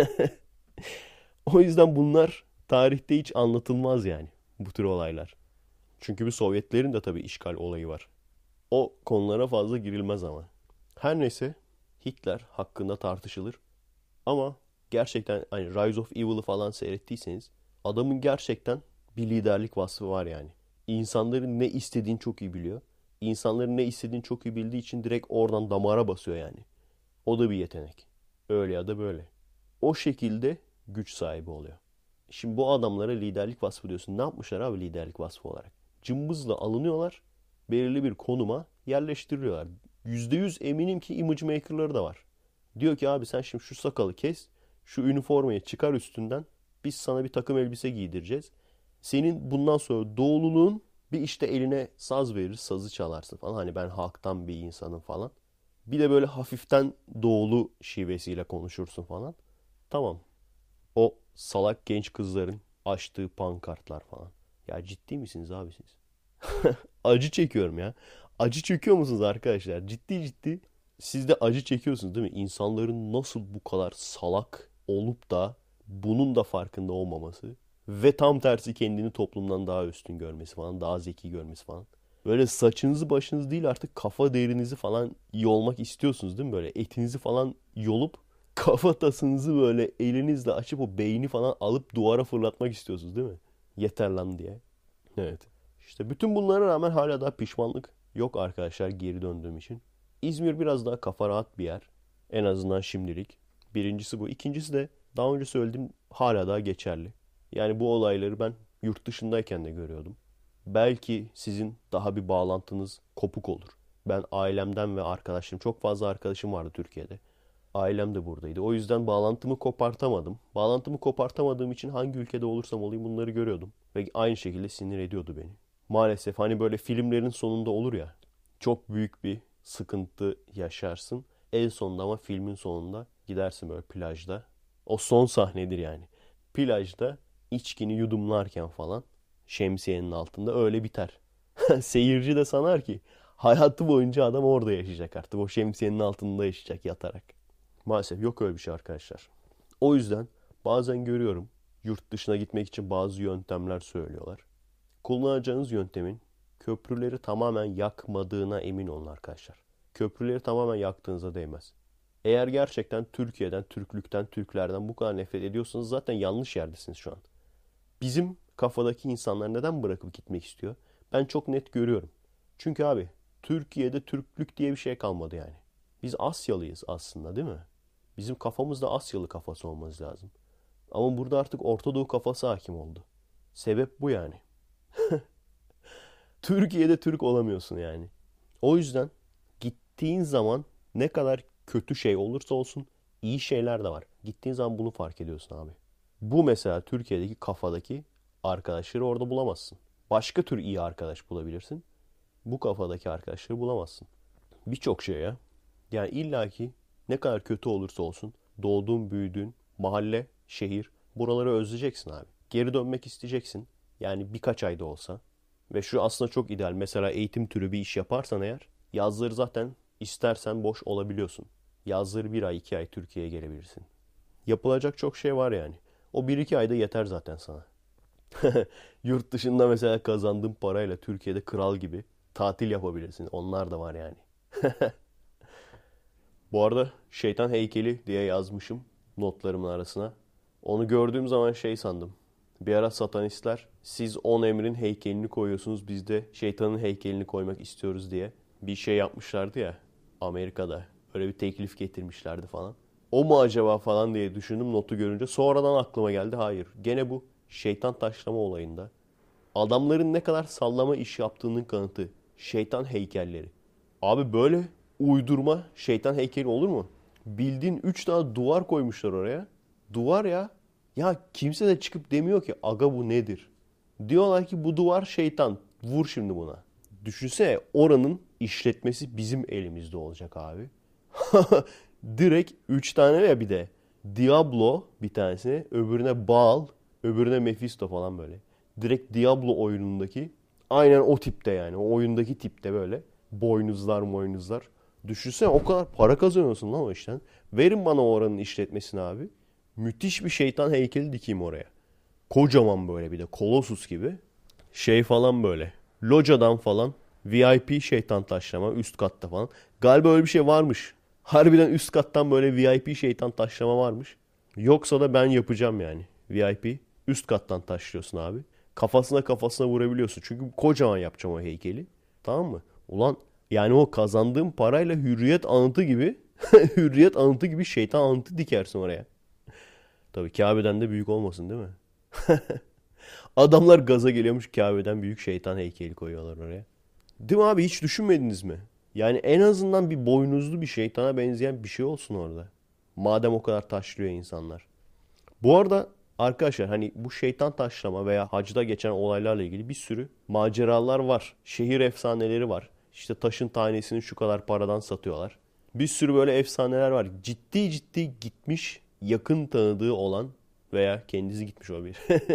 O yüzden bunlar tarihte hiç anlatılmaz yani bu tür olaylar. Çünkü bir Sovyetlerin de tabii işgal olayı var. O konulara fazla girilmez ama. Her neyse Hitler hakkında tartışılır. Ama gerçekten hani Rise of Evil'ı falan seyrettiyseniz adamın gerçekten bir liderlik vasfı var yani. İnsanların ne istediğini çok iyi biliyor. İnsanların ne istediğini çok iyi bildiği için direkt oradan damara basıyor yani. O da bir yetenek. Öyle ya da böyle. O şekilde güç sahibi oluyor. Şimdi bu adamlara liderlik vasfı diyorsun. Ne yapmışlar abi liderlik vasfı olarak? Cımbızla alınıyorlar. Belirli bir konuma yerleştiriliyorlar. %100 eminim ki image maker'ları da var. Diyor ki abi sen şimdi şu sakalı kes. Şu üniformayı çıkar üstünden. Biz sana bir takım elbise giydireceğiz. Senin bundan sonra doğululuğun bir işte eline saz verir, sazı çalarsın falan. Hani ben halktan bir insanım falan. Bir de böyle hafiften doğulu şivesiyle konuşursun falan. Tamam. O salak genç kızların açtığı pankartlar falan. Ya ciddi misiniz abi siz? Acı çekiyorum ya. Acı çekiyor musunuz arkadaşlar? Ciddi ciddi. Siz de acı çekiyorsunuz değil mi? İnsanların nasıl bu kadar salak olup da bunun da farkında olmaması ve tam tersi kendini toplumdan daha üstün görmesi falan, daha zeki görmesi falan. Böyle saçınızı başınızı değil artık kafa derinizi falan yolmak istiyorsunuz değil mi? Böyle etinizi falan yolup kafatasınızı böyle elinizle açıp o beyni falan alıp duvara fırlatmak istiyorsunuz değil mi? Yeter lan diye. Evet. İşte bütün bunlara rağmen hala daha pişmanlık yok arkadaşlar geri döndüğüm için. İzmir biraz daha kafa rahat bir yer. En azından şimdilik. Birincisi bu. İkincisi de daha önce söylediğim hala daha geçerli. Yani bu olayları ben yurt dışındayken de görüyordum. Belki sizin daha bir bağlantınız kopuk olur. Ben ailemden ve arkadaşlarım, çok fazla arkadaşım vardı Türkiye'de. Ailem de buradaydı. O yüzden bağlantımı kopartamadım. Bağlantımı kopartamadığım için hangi ülkede olursam olayım bunları görüyordum. Ve aynı şekilde sinir ediyordu beni. Maalesef hani böyle filmlerin sonunda olur ya. Çok büyük bir sıkıntı yaşarsın. En sonunda ama filmin sonunda gidersin böyle plajda. O son sahnedir yani. Plajda içkini yudumlarken falan şemsiyenin altında öyle biter. Seyirci de sanar ki hayatı boyunca adam orada yaşayacak artık. O şemsiyenin altında yaşayacak yatarak. Maalesef yok öyle bir şey arkadaşlar. O yüzden bazen görüyorum yurt dışına gitmek için bazı yöntemler söylüyorlar. Kullanacağınız yöntemin köprüleri tamamen yakmadığına emin olun arkadaşlar. Köprüleri tamamen yaktığınıza değmez. Eğer gerçekten Türkiye'den, Türklükten, Türklerden bu kadar nefret ediyorsanız zaten yanlış yerdesiniz şu an. Bizim kafadaki insanlar neden bırakıp gitmek istiyor? Ben çok net görüyorum. Çünkü abi Türkiye'de Türklük diye bir şey kalmadı yani. Biz Asyalıyız aslında değil mi? Bizim kafamızda Asyalı kafası olması lazım. Ama burada artık Orta Doğu kafası hakim oldu. Sebep bu yani. Türkiye'de Türk olamıyorsun yani. O yüzden gittiğin zaman ne kadar kötü şey olursa olsun iyi şeyler de var. Gittiğin zaman bunu fark ediyorsun abi. Bu mesela Türkiye'deki kafadaki arkadaşları orada bulamazsın. Başka tür iyi arkadaş bulabilirsin. Bu kafadaki arkadaşları bulamazsın. Birçok şey ya. Yani illaki ne kadar kötü olursa olsun doğduğun, büyüdüğün mahalle, şehir buraları özleyeceksin abi. Geri dönmek isteyeceksin. Yani birkaç ayda olsa. Ve şu aslında çok ideal. Mesela eğitim türü bir iş yaparsan eğer yazları zaten istersen boş olabiliyorsun. Yazları bir ay, iki ay Türkiye'ye gelebilirsin. Yapılacak çok şey var yani. O bir iki ayda yeter zaten sana. Yurt dışında mesela kazandığın parayla Türkiye'de kral gibi tatil yapabilirsin. Onlar da var yani. Bu arada şeytan heykeli diye yazmışım notlarımın arasına. Onu gördüğüm zaman şey sandım. Bir ara satanistler siz 10 emrin heykelini koyuyorsunuz biz de şeytanın heykelini koymak istiyoruz diye bir şey yapmışlardı ya Amerika'da. Öyle bir teklif getirmişlerdi falan. O mu acaba falan diye düşündüm notu görünce. Sonradan aklıma geldi hayır. Gene bu şeytan taşlama olayında. Adamların ne kadar sallama iş yaptığının kanıtı. Şeytan heykelleri. Abi böyle uydurma şeytan heykeli olur mu? Bildiğin 3 tane duvar koymuşlar oraya. Duvar ya. Ya kimse de çıkıp demiyor ki aga bu nedir? Diyorlar ki bu duvar şeytan. Vur şimdi buna. Düşünsene oranın işletmesi bizim elimizde olacak abi. Direkt 3 tane ya bir de. Diablo bir tanesine, öbürüne Baal, öbürüne Mephisto falan böyle. Direkt Diablo oyunundaki aynen o tipte yani. O oyundaki tipte böyle. Boynuzlar. Düşünsene o kadar para kazanıyorsun lan o işten. Verin bana oranın işletmesini abi. Müthiş bir şeytan heykeli dikeyim oraya. Kocaman böyle bir de Colossus gibi. Şey falan böyle. Locadan falan VIP şeytan taşlama üst katta falan. Galiba öyle bir şey varmış. Harbiden üst kattan böyle VIP şeytan taşlama varmış. Yoksa da ben yapacağım yani. VIP üst kattan taşlıyorsun abi. Kafasına vurabiliyorsun. Çünkü kocaman yapacağım o heykeli. Tamam mı? Ulan yani o kazandığım parayla hürriyet anıtı gibi hürriyet anıtı gibi şeytan anıtı dikersin oraya. Tabii Kabe'den de büyük olmasın değil mi? Adamlar gaza geliyormuş, Kabe'den büyük şeytan heykeli koyuyorlar oraya. Değil mi abi, hiç düşünmediniz mi? Yani en azından bir boynuzlu bir şeytana benzeyen bir şey olsun orada. Madem o kadar taşlıyor insanlar. Bu arada arkadaşlar, hani bu şeytan taşlama veya hacda geçen olaylarla ilgili bir sürü maceralar var. Şehir efsaneleri var. İşte taşın tanesini şu kadar paradan satıyorlar. Bir sürü böyle efsaneler var. Ciddi ciddi gitmiş, yakın tanıdığı olan veya kendisi gitmiş olabilir.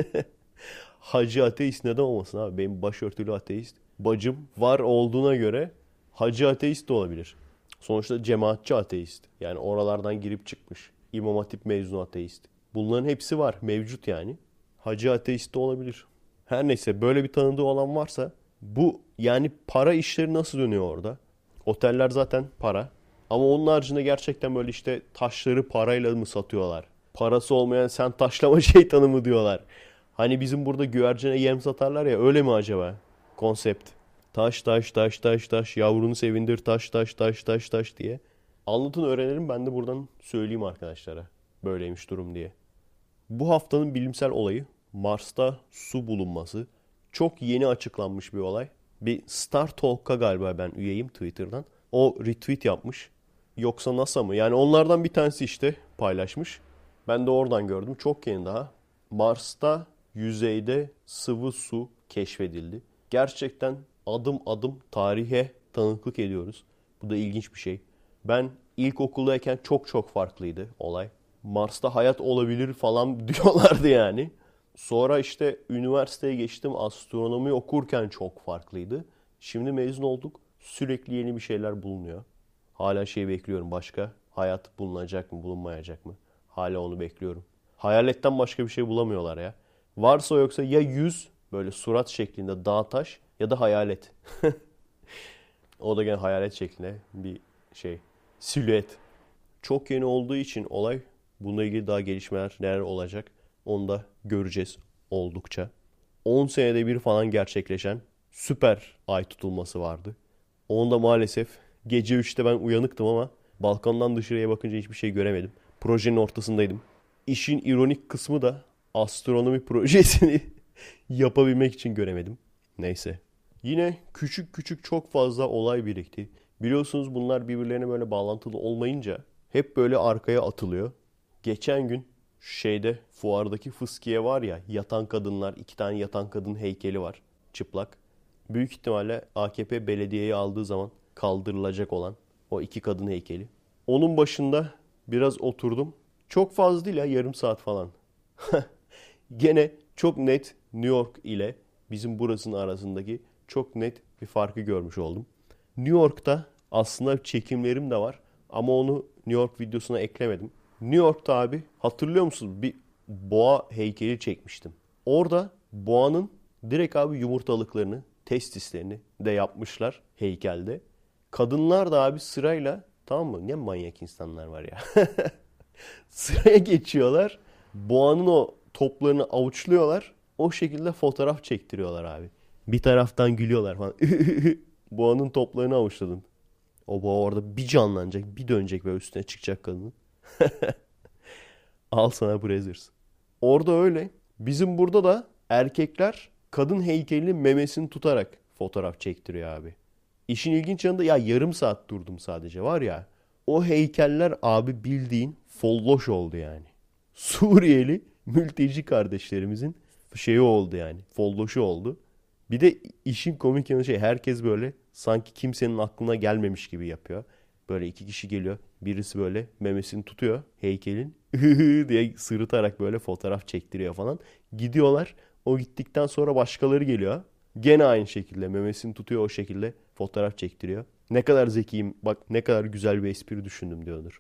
Hacı ateist neden olmasın abi? Benim başörtülü ateist bacım var olduğuna göre hacı ateist de olabilir. Sonuçta cemaatçi ateist. Yani oralardan girip çıkmış. İmam Hatip mezunu ateist. Bunların hepsi var. Mevcut yani. Hacı ateist de olabilir. Her neyse, böyle bir tanıdığı olan varsa bu yani para işleri nasıl dönüyor orada? Oteller zaten para. Ama onun haricinde gerçekten böyle işte taşları parayla mı satıyorlar? Parası olmayan sen taşlama şeytanı mı diyorlar? Hani bizim burada güvercine yem satarlar ya, öyle mi acaba? Konsept. Taş taş taş taş taş yavrunu sevindir taş taş taş taş taş diye. Anlatın öğrenelim, ben de buradan söyleyeyim arkadaşlara. Böyleymiş durum diye. Bu haftanın bilimsel olayı Mars'ta su bulunması. Çok yeni açıklanmış bir olay. Bir Star Talk'a galiba ben üyeyim Twitter'dan. O retweet yapmış. Yoksa NASA mı? Yani onlardan bir tanesi işte paylaşmış. Ben de oradan gördüm. Çok yeni daha. Mars'ta yüzeyde sıvı su keşfedildi. Gerçekten adım adım tarihe tanıklık ediyoruz. Bu da ilginç bir şey. Ben ilkokuldayken çok çok farklıydı olay. Mars'ta hayat olabilir falan diyorlardı yani. Sonra işte üniversiteye geçtim. Astronomi okurken çok farklıydı. Şimdi mezun olduk. Sürekli yeni bir şeyler bulunuyor. Hala şey bekliyorum, başka hayat bulunacak mı bulunmayacak mı? Hala onu bekliyorum. Hayaletten başka bir şey bulamıyorlar ya. Varsa yoksa ya yüz böyle surat şeklinde dağ taş ya da hayalet. O da gene hayalet şeklinde bir şey. Silüet. Çok yeni olduğu için olay, bununla ilgili daha gelişmeler neler olacak onu da göreceğiz oldukça. 10 senede bir falan gerçekleşen süper ay tutulması vardı. Onu da maalesef gece 3'te ben uyanıktım ama balkondan dışarıya bakınca hiçbir şey göremedim. Projenin ortasındaydım. İşin ironik kısmı da astronomi projesini yapabilmek için göremedim. Neyse. Yine küçük küçük çok fazla olay birikti. Biliyorsunuz bunlar birbirlerine böyle bağlantılı olmayınca hep böyle arkaya atılıyor. Geçen gün şeyde, fuardaki fıskiye var ya, yatan kadınlar, 2 tane yatan kadın heykeli var. Çıplak. Büyük ihtimalle AKP belediyeyi aldığı zaman kaldırılacak olan o 2 kadın heykeli. Onun başında biraz oturdum. Çok fazla değil ya, yarım saat falan. Gene çok net New York ile bizim burasının arasındaki çok net bir farkı görmüş oldum. New York'ta aslında çekimlerim de var ama onu New York videosuna eklemedim. New York'ta abi, hatırlıyor musunuz? Bir boğa heykeli çekmiştim. Orada boğanın direkt abi yumurtalıklarını, testislerini de yapmışlar heykelde. Kadınlar da abi sırayla, tamam mı? Ne manyak insanlar var ya. Sıraya geçiyorlar. Boğanın o toplarını avuçluyorlar. O şekilde fotoğraf çektiriyorlar abi. Bir taraftan gülüyorlar falan. Boğanın toplarını avuçladın. O boğa orada bir canlanacak, bir dönecek ve üstüne çıkacak kadının. Al sana Brazzers. Orada öyle. Bizim burada da erkekler kadın heykelinin memesini tutarak fotoğraf çektiriyor abi. İşin ilginç yanında, ya yarım saat durdum sadece var ya. O heykeller abi bildiğin folloş oldu yani. Suriyeli mülteci kardeşlerimizin şeyi oldu yani. Folloşu oldu. Bir de işin komik yanı şey, herkes böyle sanki kimsenin aklına gelmemiş gibi yapıyor. Böyle 2 kişi geliyor. Birisi böyle memesini tutuyor heykelin. Diye sırıtarak böyle fotoğraf çektiriyor falan. Gidiyorlar. O gittikten sonra başkaları geliyor. Gene aynı şekilde memesini tutuyor, o şekilde fotoğraf çektiriyor. Ne kadar zekiyim, bak ne kadar güzel bir espri düşündüm diyordur.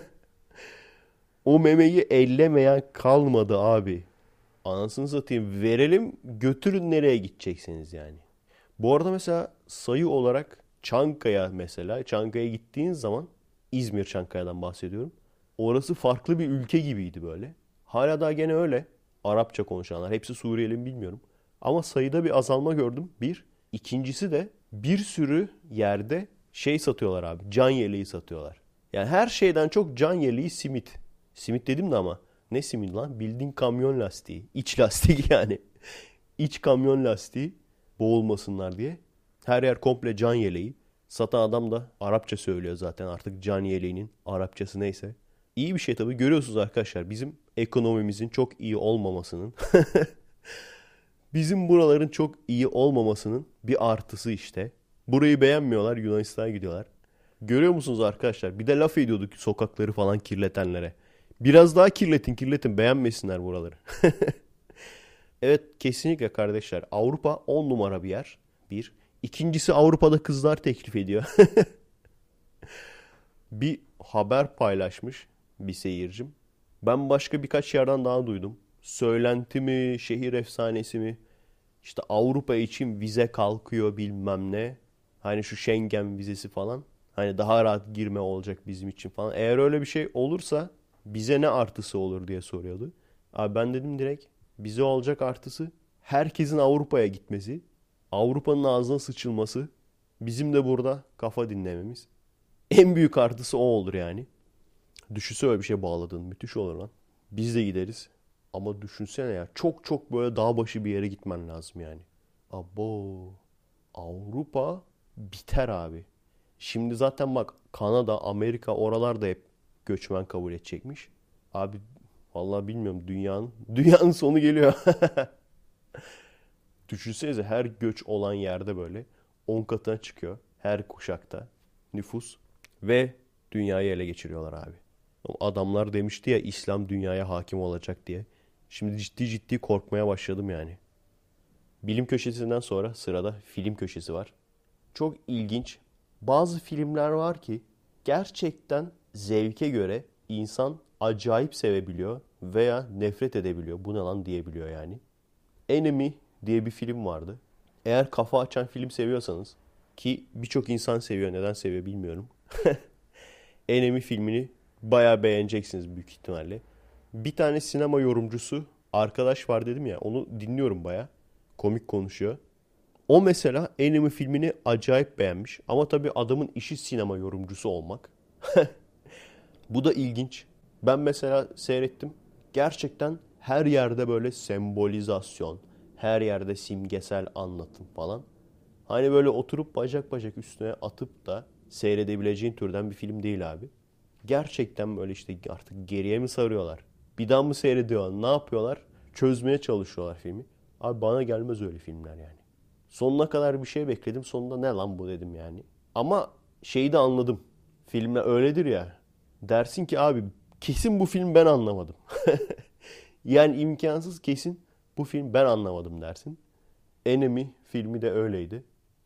O memeyi ellemeyen kalmadı abi. Anasını satayım, verelim götürün, nereye gideceksiniz yani. Bu arada mesela sayı olarak Çankaya, mesela Çankaya gittiğin zaman, İzmir Çankaya'dan bahsediyorum. Orası farklı bir ülke gibiydi böyle. Hala daha gene öyle. Arapça konuşanlar, hepsi Suriyeli mi bilmiyorum. Ama sayıda bir azalma gördüm. Bir. İkincisi de bir sürü yerde şey satıyorlar abi. Can yeleği satıyorlar. Yani her şeyden çok can yeleği simit. Simit dedim de ama ne simit lan? Bildiğin kamyon lastiği. İç lastik yani. İç kamyon lastiği boğulmasınlar diye. Her yer komple can yeleği. Satan adam da Arapça söylüyor zaten artık can yeleğinin Arapçası neyse. İyi bir şey tabii, görüyorsunuz arkadaşlar. Bizim ekonomimizin çok iyi olmamasının bizim buraların çok iyi olmamasının bir artısı işte. Burayı beğenmiyorlar, Yunanistan'a gidiyorlar. Görüyor musunuz arkadaşlar? Bir de laf ediyorduk sokakları falan kirletenlere. Biraz daha kirletin beğenmesinler buraları. Evet, kesinlikle kardeşler. Avrupa 10 numara bir yer. Bir. İkincisi, Avrupa'da kızlar teklif ediyor. Bir haber paylaşmış bir seyircim. Ben başka birkaç yerden daha duydum. Söylenti mi, şehir efsanesi mi? İşte Avrupa için vize kalkıyor bilmem ne. Hani şu Schengen vizesi falan. Hani daha rahat girme olacak bizim için falan. Eğer öyle bir şey olursa bize ne artısı olur diye soruyordu. Abi ben dedim direkt, bize olacak artısı herkesin Avrupa'ya gitmesi. Avrupa'nın ağzına sıçılması. Bizim de burada kafa dinlememiz. En büyük artısı o olur yani. Düşünsene öyle bir şey bağladın. Müthiş olur lan. Biz de gideriz. Ama düşünsene ya. Çok çok böyle dağ başı bir yere gitmen lazım yani. Abo. Avrupa biter abi. Şimdi zaten bak, Kanada, Amerika oralarda hep göçmen kabul edecekmiş. Abi vallahi bilmiyorum, dünyanın sonu geliyor. Düşünsenize, her göç olan yerde böyle 10 katına çıkıyor her kuşakta nüfus ve dünyayı ele geçiriyorlar abi. Adamlar demişti ya İslam dünyaya hakim olacak diye. Şimdi ciddi ciddi korkmaya başladım yani. Bilim köşesinden sonra sırada film köşesi var. Çok ilginç. Bazı filmler var ki gerçekten zevke göre insan acayip sevebiliyor veya nefret edebiliyor. Bu ne lan diyebiliyor yani. Enemy diye bir film vardı. Eğer kafa açan film seviyorsanız, ki birçok insan seviyor, neden seviyor bilmiyorum. Enemy filmini bayağı beğeneceksiniz büyük ihtimalle. Bir tane sinema yorumcusu arkadaş var dedim ya, onu dinliyorum bayağı. Komik konuşuyor. O mesela Enemy filmini acayip beğenmiş. Ama tabii adamın işi sinema yorumcusu olmak. Bu da ilginç. Ben mesela seyrettim. Gerçekten her yerde böyle sembolizasyon, her yerde simgesel anlatım falan. Hani böyle oturup bacak bacak üstüne atıp da seyredebileceğin türden bir film değil abi. Gerçekten böyle işte artık geriye mi sarıyorlar? Bir daha mı seyrediyorlar? Ne yapıyorlar? Çözmeye çalışıyorlar filmi. Abi bana gelmez öyle filmler yani. Sonuna kadar bir şey bekledim. Sonunda ne lan bu dedim yani. Ama şeyi de anladım. Filmler öyledir ya. Dersin ki abi kesin bu film ben anlamadım. Yani imkansız, kesin bu film ben anlamadım dersin. Enemy filmi de öyleydi.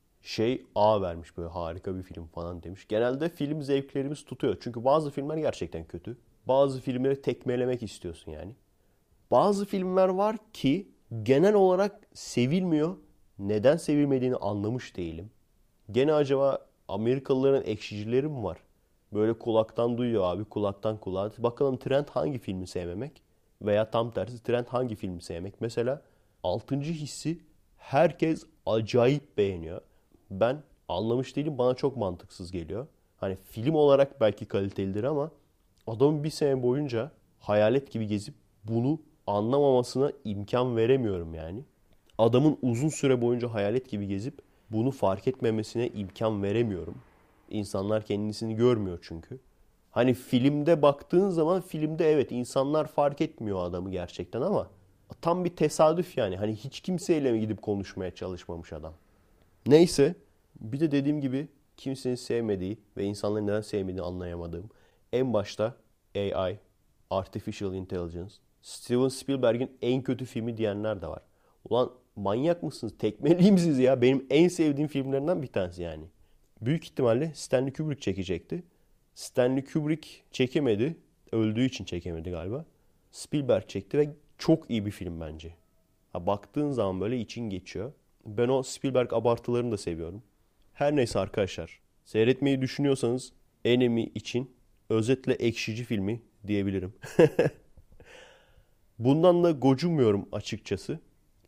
A vermiş, böyle harika bir film falan demiş. Genelde film zevklerimiz tutuyor. Çünkü bazı filmler gerçekten kötü. Bazı filmleri tekmelemek istiyorsun yani. Bazı filmler var ki genel olarak sevilmiyor. Neden sevilmediğini anlamış değilim. Gene acaba Amerikalıların ekşicileri mi var? Böyle kulaktan duyuyor abi, kulaktan kulağa. Bakalım trend hangi filmi sevmemek? Veya tam tersi, trend hangi filmi sevmek? Mesela Altıncı Hissi herkes acayip beğeniyor. Ben anlamış değilim, bana çok mantıksız geliyor. Hani film olarak belki kalitelidir ama adamın bir sene boyunca hayalet gibi gezip bunu anlamamasına imkan veremiyorum yani. Adamın uzun süre boyunca hayalet gibi gezip bunu fark etmemesine imkan veremiyorum. İnsanlar kendisini görmüyor çünkü. Hani filmde baktığın zaman, filmde evet insanlar fark etmiyor adamı gerçekten ama tam bir tesadüf yani. Hani hiç kimseyle mi gidip konuşmaya çalışmamış adam. Neyse, bir de dediğim gibi kimsenin sevmediği ve insanların neden sevmediğini anlayamadığım en başta AI, Artificial Intelligence. Steven Spielberg'in en kötü filmi diyenler de var. Ulan manyak mısınız? Tekmeliyim siz ya. Benim en sevdiğim filmlerinden bir tanesi yani. Büyük ihtimalle Stanley Kubrick çekecekti. Stanley Kubrick çekemedi. Öldüğü için çekemedi galiba. Spielberg çekti ve çok iyi bir film bence. Ha, baktığın zaman böyle için geçiyor. Ben o Spielberg abartılarını da seviyorum. Her neyse arkadaşlar. Seyretmeyi düşünüyorsanız Enemy için özetle ekşici filmi diyebilirim. Bundan da gocunmuyorum açıkçası.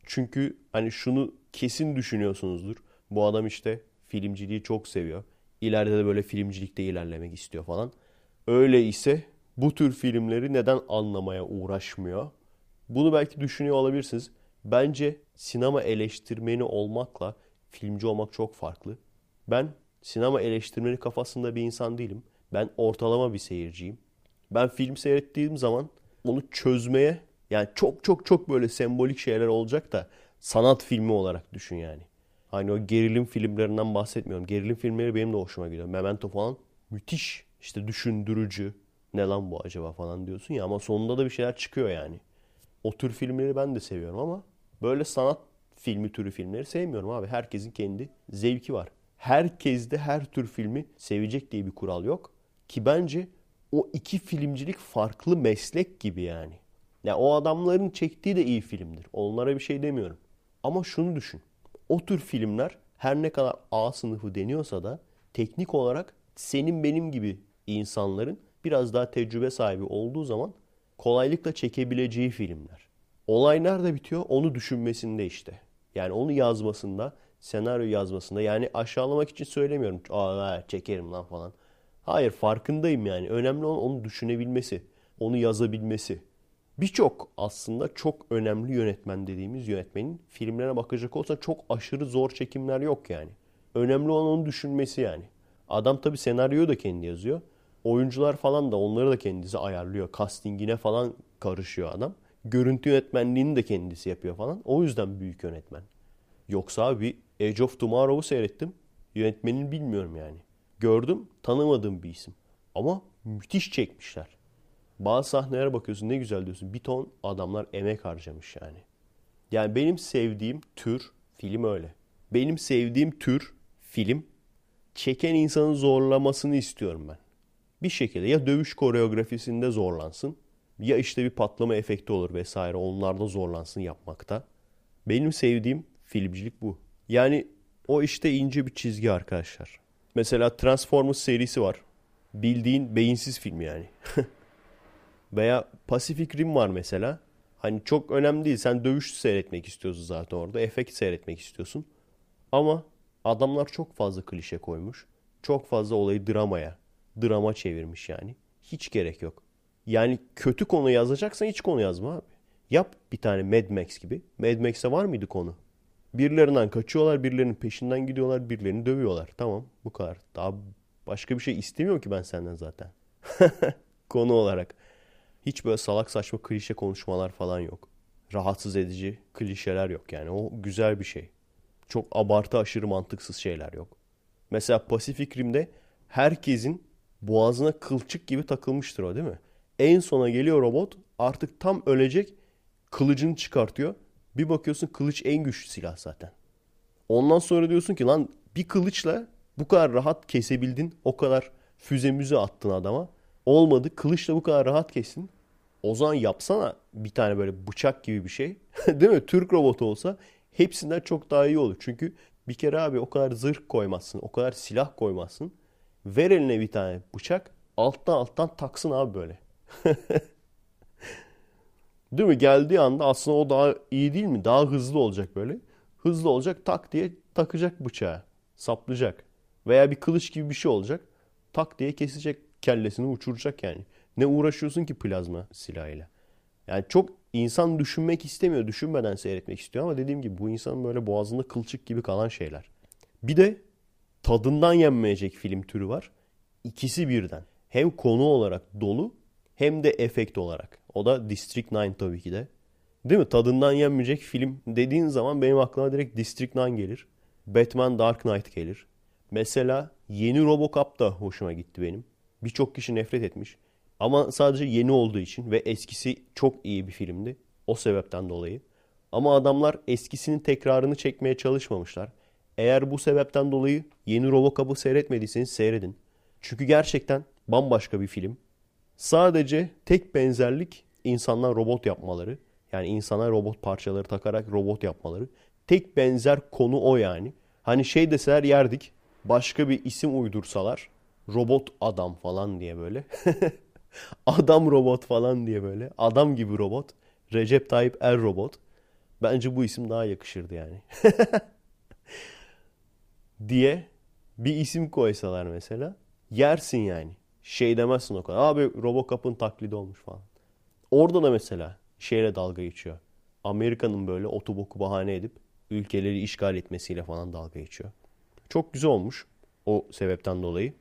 Çünkü hani şunu kesin düşünüyorsunuzdur. Bu adam işte filmciliği çok seviyor. İleride de böyle filmcilikte ilerlemek istiyor falan. Öyle ise bu tür filmleri neden anlamaya uğraşmıyor? Bunu belki düşünüyor olabilirsiniz. Bence sinema eleştirmeni olmakla filmci olmak çok farklı. Ben sinema eleştirmeni kafasında bir insan değilim. Ben ortalama bir seyirciyim. Ben film seyrettiğim zaman onu çözmeye, yani çok çok çok böyle sembolik şeyler olacak da sanat filmi olarak düşün yani. Hani o gerilim filmlerinden bahsetmiyorum. Gerilim filmleri benim de hoşuma gidiyor. Memento falan müthiş. İşte düşündürücü. Ne lan bu acaba falan diyorsun ya, ama sonunda da bir şeyler çıkıyor yani. O tür filmleri ben de seviyorum ama böyle sanat filmi türü filmleri sevmiyorum abi. Herkesin kendi zevki var. Herkes de her tür filmi sevecek diye bir kural yok. Ki bence o iki filmcilik farklı meslek gibi yani. Ya o adamların çektiği de iyi filmdir. Onlara bir şey demiyorum. Ama şunu düşün. O tür filmler her ne kadar A sınıfı deniyorsa da teknik olarak senin benim gibi insanların biraz daha tecrübe sahibi olduğu zaman kolaylıkla çekebileceği filmler. Olay nerede bitiyor? Onu düşünmesinde işte. Yani onu yazmasında, senaryo yazmasında. Yani aşağılamak için söylemiyorum. Aa çekerim lan falan. Hayır, farkındayım yani. Önemli olan onu düşünebilmesi, onu yazabilmesi. Birçok aslında çok önemli yönetmen dediğimiz yönetmenin filmlerine bakacak olsa çok aşırı zor çekimler yok yani. Önemli olan onu düşünmesi yani. Adam tabii senaryoyu da kendi yazıyor. Oyuncular falan da onları da kendisi ayarlıyor. Castingine falan karışıyor adam. Görüntü yönetmenliğini de kendisi yapıyor falan. O yüzden büyük yönetmen. Yoksa abi Edge of Tomorrow'u seyrettim. Yönetmenini bilmiyorum yani. Gördüm, tanımadığım bir isim. Ama müthiş çekmişler. Bazı sahnelere bakıyorsun, ne güzel diyorsun. Bir ton adamlar emek harcamış yani. Yani benim sevdiğim tür film öyle. Benim sevdiğim tür film çeken insanın zorlamasını istiyorum ben. Bir şekilde ya dövüş koreografisinde zorlansın ya işte bir patlama efekti olur vesaire, onlarda zorlansın yapmakta. Benim sevdiğim filmcilik bu. Yani o işte ince bir çizgi arkadaşlar. Mesela Transformers serisi var. Bildiğin beyinsiz film yani. Veya Pacific Rim var mesela. Hani çok önemli değil. Sen dövüş seyretmek istiyorsun zaten orada. Efekt seyretmek istiyorsun. Ama adamlar çok fazla klişe koymuş. Çok fazla olayı drama çevirmiş yani. Hiç gerek yok. Yani kötü konu yazacaksan hiç konu yazma abi. Yap bir tane Mad Max gibi. Mad Max'te var mıydı konu? Birilerinden kaçıyorlar, birilerinin peşinden gidiyorlar, birilerini dövüyorlar. Tamam, bu kadar. Daha başka bir şey istemiyorum ki ben senden zaten. Konu olarak. Hiç böyle salak saçma klişe konuşmalar falan yok. Rahatsız edici klişeler yok yani. O güzel bir şey. Çok abartı aşırı mantıksız şeyler yok. Mesela Pacific Rim'de herkesin boğazına kılçık gibi takılmıştır o, değil mi? En sona geliyor robot, artık tam ölecek, kılıcını çıkartıyor. Bir bakıyorsun kılıç en güçlü silah zaten. Ondan sonra diyorsun ki lan bir kılıçla bu kadar rahat kesebildin. O kadar füze müze attın adama. Olmadı, kılıçla bu kadar rahat kestin. O zaman yapsana bir tane böyle bıçak gibi bir şey. Değil mi? Türk robotu olsa hepsinden çok daha iyi olur. Çünkü bir kere abi o kadar zırh koymazsın. O kadar silah koymazsın. Ver eline bir tane bıçak. Alttan alttan taksın abi böyle. Değil mi? Geldiği anda aslında o daha iyi değil mi? Daha hızlı olacak böyle. Hızlı olacak, tak diye takacak bıçağı. Saplayacak. Veya bir kılıç gibi bir şey olacak. Tak diye kesecek, kellesini uçuracak yani. Ne uğraşıyorsun ki plazma silahıyla? Yani çok insan düşünmek istemiyor. Düşünmeden seyretmek istiyor ama dediğim gibi bu insanın böyle boğazında kılçık gibi kalan şeyler. Bir de tadından yenmeyecek film türü var. İkisi birden. Hem konu olarak dolu hem de efekt olarak. O da District 9 tabii ki de. Değil mi? Tadından yenmeyecek film dediğin zaman benim aklıma direkt District 9 gelir. Batman Dark Knight gelir. Mesela yeni RoboCop da hoşuma gitti benim. Birçok kişi nefret etmiş. Ama sadece yeni olduğu için ve eskisi çok iyi bir filmdi. O sebepten dolayı. Ama adamlar eskisinin tekrarını çekmeye çalışmamışlar. Eğer bu sebepten dolayı yeni RoboCop'u seyretmediyseniz seyredin. Çünkü gerçekten bambaşka bir film. Sadece tek benzerlik insanlar robot yapmaları. Yani insana robot parçaları takarak robot yapmaları. Tek benzer konu o yani. Hani şey deseler yerdik. Başka bir isim uydursalar. Robot adam falan diye böyle. Adam robot falan diye böyle. Adam gibi robot. Recep Tayyip Er robot. Bence bu isim daha yakışırdı yani. Diye bir isim koysalar mesela yersin yani. Şey demezsin o kadar. Abi Robocop'un taklidi olmuş falan. Orada da mesela şeyle dalga geçiyor. Amerika'nın böyle otoboku bahane edip ülkeleri işgal etmesiyle falan dalga geçiyor. Çok güzel olmuş o sebepten dolayı.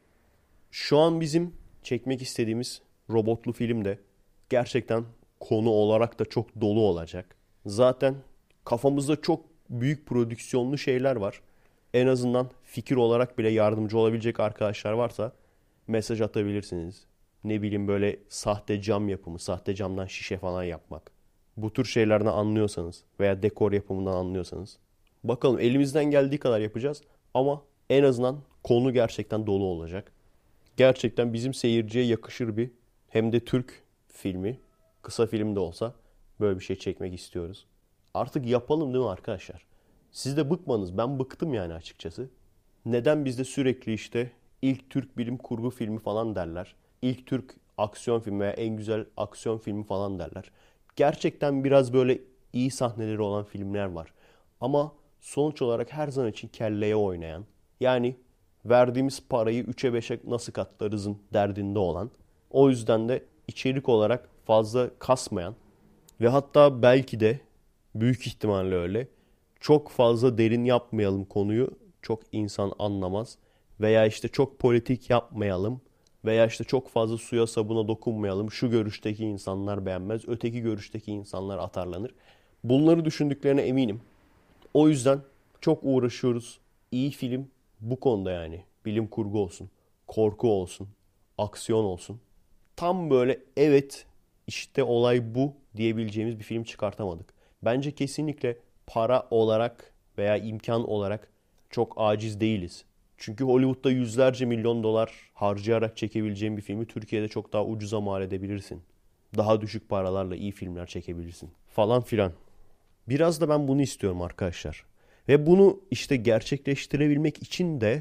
Şu an bizim çekmek istediğimiz robotlu film de gerçekten konu olarak da çok dolu olacak. Zaten kafamızda çok büyük prodüksiyonlu şeyler var. En azından fikir olarak bile yardımcı olabilecek arkadaşlar varsa mesaj atabilirsiniz. Ne bileyim böyle sahte cam yapımı, sahte camdan şişe falan yapmak. Bu tür şeylerden anlıyorsanız veya dekor yapımından anlıyorsanız. Bakalım elimizden geldiği kadar yapacağız ama en azından konu gerçekten dolu olacak. Gerçekten bizim seyirciye yakışır bir hem de Türk filmi, kısa film de olsa böyle bir şey çekmek istiyoruz. Artık yapalım değil mi arkadaşlar? Siz de bıkmanız. Ben bıktım yani açıkçası. Neden bizde sürekli işte ilk Türk bilim kurgu filmi falan derler. İlk Türk aksiyon filmi veya en güzel aksiyon filmi falan derler. Gerçekten biraz böyle iyi sahneleri olan filmler var. Ama sonuç olarak her zaman için kelleye oynayan, yani verdiğimiz parayı 3'e 5'e nasıl katlarızın derdinde olan, o yüzden de içerik olarak fazla kasmayan ve hatta belki de büyük ihtimalle öyle çok fazla derin yapmayalım konuyu, çok insan anlamaz veya işte çok politik yapmayalım veya işte çok fazla suya sabuna dokunmayalım. Şu görüşteki insanlar beğenmez, öteki görüşteki insanlar atarlanır. Bunları düşündüklerine eminim. O yüzden çok uğraşıyoruz. İyi film bu konuda yani. Bilim kurgu olsun, korku olsun, aksiyon olsun. Tam böyle evet işte olay bu diyebileceğimiz bir film çıkartamadık. Bence kesinlikle para olarak veya imkan olarak çok aciz değiliz. Çünkü Hollywood'da yüzlerce milyon dolar harcayarak çekebileceğin bir filmi Türkiye'de çok daha ucuza mal edebilirsin. Daha düşük paralarla iyi filmler çekebilirsin. Falan filan. Biraz da ben bunu istiyorum arkadaşlar. Ve bunu işte gerçekleştirebilmek için de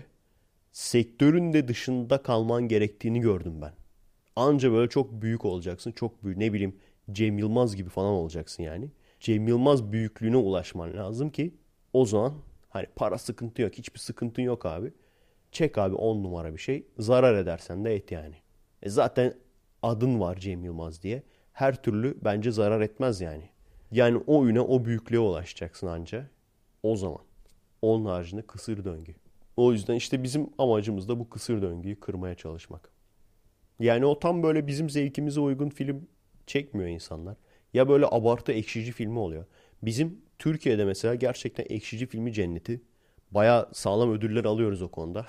sektörün de dışında kalman gerektiğini gördüm ben. Anca böyle çok büyük olacaksın. Çok büyük, ne bileyim, Cem Yılmaz gibi falan olacaksın yani. Cem Yılmaz büyüklüğüne ulaşman lazım ki o zaman hani para sıkıntı yok. Hiçbir sıkıntın yok abi. Çek abi 10 numara bir şey. Zarar edersen de et yani. Zaten adın var Cem Yılmaz diye. Her türlü bence zarar etmez yani. Yani o üne, o büyüklüğe ulaşacaksın anca. O zaman. Onun haricinde kısır döngü. O yüzden işte bizim amacımız da bu kısır döngüyü kırmaya çalışmak. Yani o tam böyle bizim zevkimize uygun film çekmiyor insanlar. Ya böyle abartı ekşici filmi oluyor. Bizim Türkiye'de mesela gerçekten ekşici filmi cenneti. Baya sağlam ödüller alıyoruz o konuda.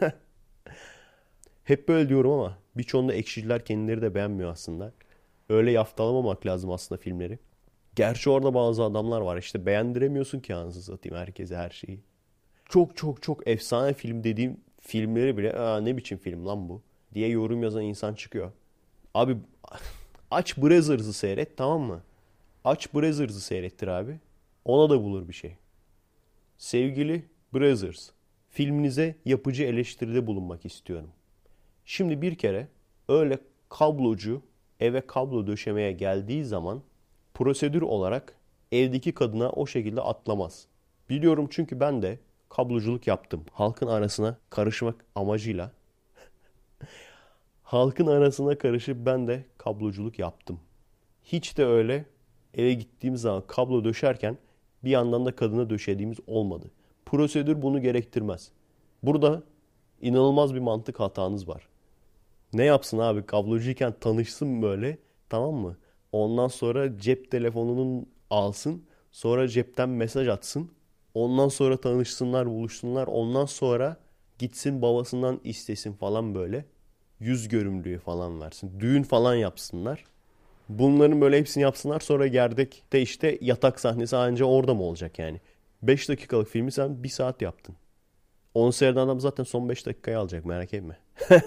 Hep böyle diyorum ama birçoğunda ekşiciler kendileri de beğenmiyor aslında. Öyle yaftalamamak lazım aslında filmleri. Gerçi orada bazı adamlar var işte beğendiremiyorsun ki anasını satayım herkese her şeyi. Çok çok çok efsane film dediğim filmleri bile ne biçim film lan bu diye yorum yazan insan çıkıyor. Abi aç Brazzers'ı seyret, tamam mı? Aç Brazzers'ı seyrettir abi. Ona da bulur bir şey. Sevgili Brazzers, filminize yapıcı eleştiride bulunmak istiyorum. Şimdi bir kere öyle kablocu eve kablo döşemeye geldiği zaman prosedür olarak evdeki kadına o şekilde atlamaz. Biliyorum çünkü ben de kabloculuk yaptım. Halkın arasına karışmak amacıyla. Halkın arasına karışıp ben de kabloculuk yaptım. Hiç de öyle eve gittiğim zaman kablo döşerken bir yandan da kadına döşediğimiz olmadı. Prosedür bunu gerektirmez. Burada inanılmaz bir mantık hatanız var. Ne yapsın abi, kablocuyken tanışsın böyle, tamam mı? Ondan sonra cep telefonunun alsın. Sonra cepten mesaj atsın. Ondan sonra tanışsınlar, buluşsunlar. Ondan sonra gitsin babasından istesin falan böyle. Yüz görümlüğü falan versin. Düğün falan yapsınlar. Bunların böyle hepsini yapsınlar. Sonra gerdekte işte yatak sahnesi anca orada mı olacak yani? 5 dakikalık filmi sen 1 saat yaptın. 10 seyreden adam zaten son 5 dakikayı alacak, merak etme.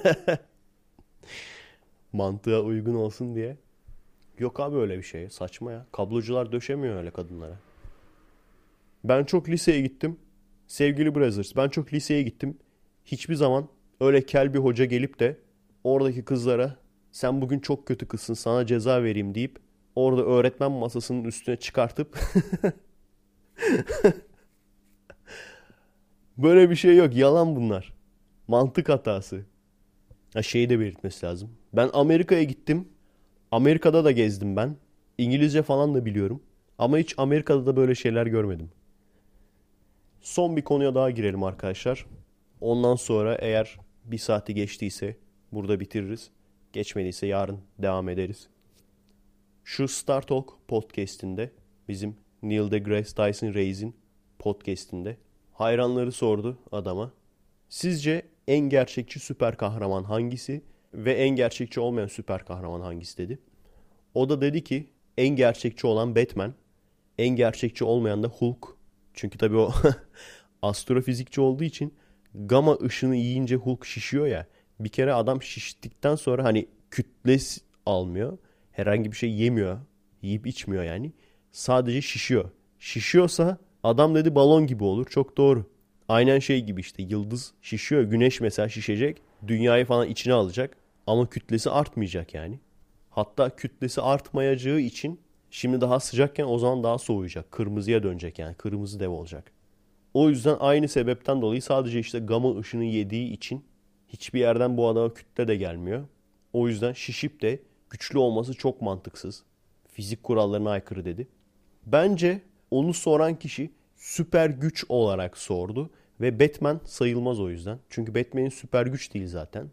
Mantığa uygun olsun diye. Yok abi öyle bir şey. Saçma ya. Kablocular döşemiyor öyle kadınlara. Ben çok liseye gittim. Sevgili Brothers, ben çok liseye gittim. Hiçbir zaman öyle kel bir hoca gelip de oradaki kızlara sen bugün çok kötü kızsın sana ceza vereyim deyip orada öğretmen masasının üstüne çıkartıp Böyle bir şey yok. Yalan bunlar. Mantık hatası. Ha, şeyi de belirtmesi lazım. Ben Amerika'ya gittim. Amerika'da da gezdim ben. İngilizce falan da biliyorum. Ama hiç Amerika'da da böyle şeyler görmedim. Son bir konuya daha girelim arkadaşlar. Ondan sonra eğer bir saati geçtiyse burada bitiririz. Geçmediyse yarın devam ederiz. Şu Star Talk podcast'inde bizim Neil deGrasse Tyson Reis'in podcast'inde hayranları sordu adama. Sizce en gerçekçi süper kahraman hangisi ve en gerçekçi olmayan süper kahraman hangisi dedi. O da dedi ki en gerçekçi olan Batman, en gerçekçi olmayan da Hulk. Çünkü tabii o astrofizikçi olduğu için gama ışını yiyince Hulk şişiyor ya. Bir kere adam şiştikten sonra hani kütle almıyor. Herhangi bir şey yemiyor. Yiyip içmiyor yani. Sadece şişiyor. Şişiyorsa adam dedi balon gibi olur. Çok doğru. Aynen şey gibi işte yıldız şişiyor. Güneş mesela şişecek. Dünyayı falan içine alacak. Ama kütlesi artmayacak yani. Hatta kütlesi artmayacağı için şimdi daha sıcakken o zaman daha soğuyacak. Kırmızıya dönecek yani. Kırmızı dev olacak. O yüzden aynı sebepten dolayı sadece işte gama ışını yediği için hiçbir yerden bu adama kütle de gelmiyor. O yüzden şişip de güçlü olması çok mantıksız. Fizik kurallarına aykırı dedi. Bence onu soran kişi süper güç olarak sordu. Ve Batman sayılmaz o yüzden. Çünkü Batman'in süper güç değil zaten.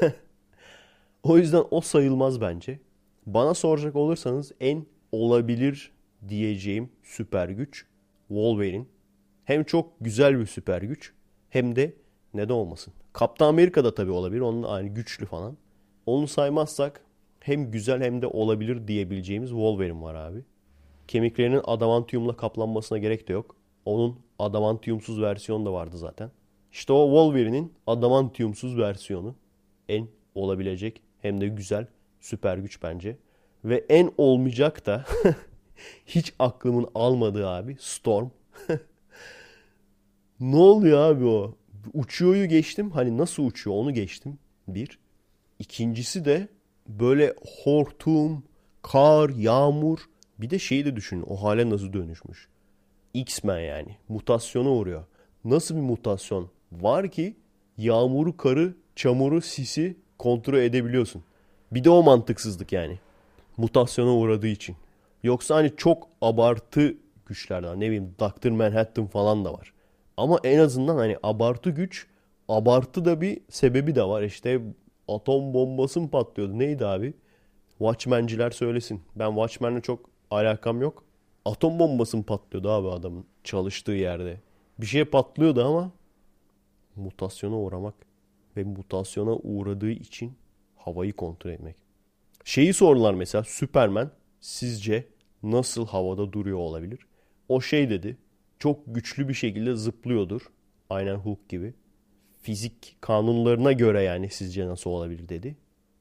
O yüzden o sayılmaz bence. Bana soracak olursanız en olabilir diyeceğim süper güç Wolverine. Hem çok güzel bir süper güç hem de neden olmasın. Kaptan Amerika da tabii olabilir. Onun aynı güçlü falan. Onu saymazsak hem güzel hem de olabilir diyebileceğimiz Wolverine var abi. Kemiklerinin adamantiyumla kaplanmasına gerek de yok. Onun adamantiyumsuz versiyonu da vardı zaten. İşte o Wolverine'in adamantiyumsuz versiyonu en olabilecek hem de güzel süper güç bence. Ve en olmayacak da hiç aklımın almadığı abi Storm. Ne oluyor abi o? Uçuyor'yu geçtim. Hani nasıl uçuyor onu geçtim. Bir. İkincisi de böyle hortum, kar, yağmur. Bir de şeyi de düşünün. O hale nasıl dönüşmüş. X-Men yani. Mutasyona uğruyor. Nasıl bir mutasyon var ki yağmuru, karı, çamuru, sisi kontrol edebiliyorsun. Bir de o mantıksızlık yani. Mutasyona uğradığı için. Yoksa hani çok abartı güçlerden ne bileyim Dr. Manhattan falan da var. Ama en azından hani abartı güç, abartı da bir sebebi de var. İşte atom bombası mı patlıyordu? Neydi abi? Watchmen'ciler söylesin. Ben Watchmen'le çok alakam yok. Atom bombası mı patlıyordu abi adamın çalıştığı yerde? Bir şey patlıyordu ama mutasyona uğramak ve mutasyona uğradığı için havayı kontrol etmek. Şeyi sordular mesela Superman sizce nasıl havada duruyor olabilir? O şey dedi. Çok güçlü bir şekilde zıplıyordur. Aynen Hulk gibi. Fizik kanunlarına göre yani sizce nasıl olabilir dedi.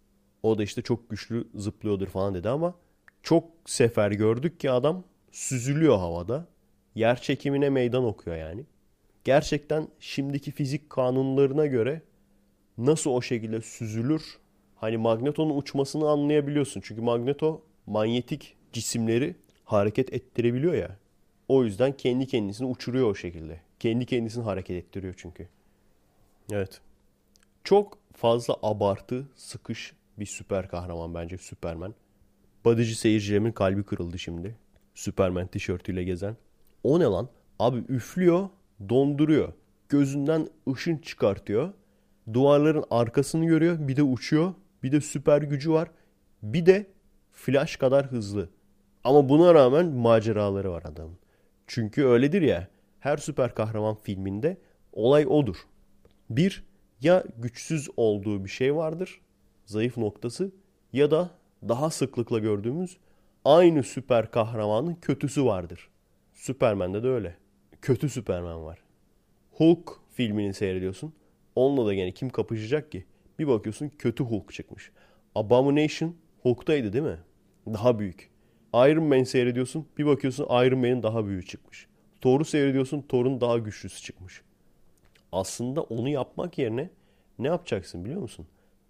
O da işte çok güçlü zıplıyordur falan dedi ama çok sefer gördük ki adam süzülüyor havada. Yer çekimine meydan okuyor yani. Gerçekten şimdiki fizik kanunlarına göre nasıl o şekilde süzülür? Hani magnetonun uçmasını anlayabiliyorsun. Çünkü magneto manyetik cisimleri hareket ettirebiliyor ya. O yüzden kendi kendisini uçuruyor o şekilde. Kendi kendisini hareket ettiriyor çünkü. Evet. Çok fazla abartı, sıkış bir süper kahraman bence Superman. Bodyci seyircilerimin kalbi kırıldı şimdi. Superman tişörtüyle gezen. O ne lan? Abi üflüyor, donduruyor. Gözünden ışın çıkartıyor. Duvarların arkasını görüyor. Bir de uçuyor. Bir de süper gücü var. Bir de Flash kadar hızlı. Ama buna rağmen maceraları var adamın. Çünkü öyledir ya. Her süper kahraman filminde olay odur. Bir, ya güçsüz olduğu bir şey vardır. Zayıf noktası. Ya da daha sıklıkla gördüğümüz aynı süper kahramanın kötüsü vardır. Superman'de de öyle. Kötü Superman var. Hulk filmini seyrediyorsun. Onunla da gene kim kapışacak ki? Bir bakıyorsun kötü Hulk çıkmış. Abomination Hulk'taydı değil mi? Daha büyük. Iron Man seyrediyorsun. Bir bakıyorsun Iron Man'in daha büyüğü çıkmış. Thor'u seyrediyorsun. Thor'un daha güçlüsü çıkmış. Aslında onu yapmak yerine ne yapacaksın biliyor musun?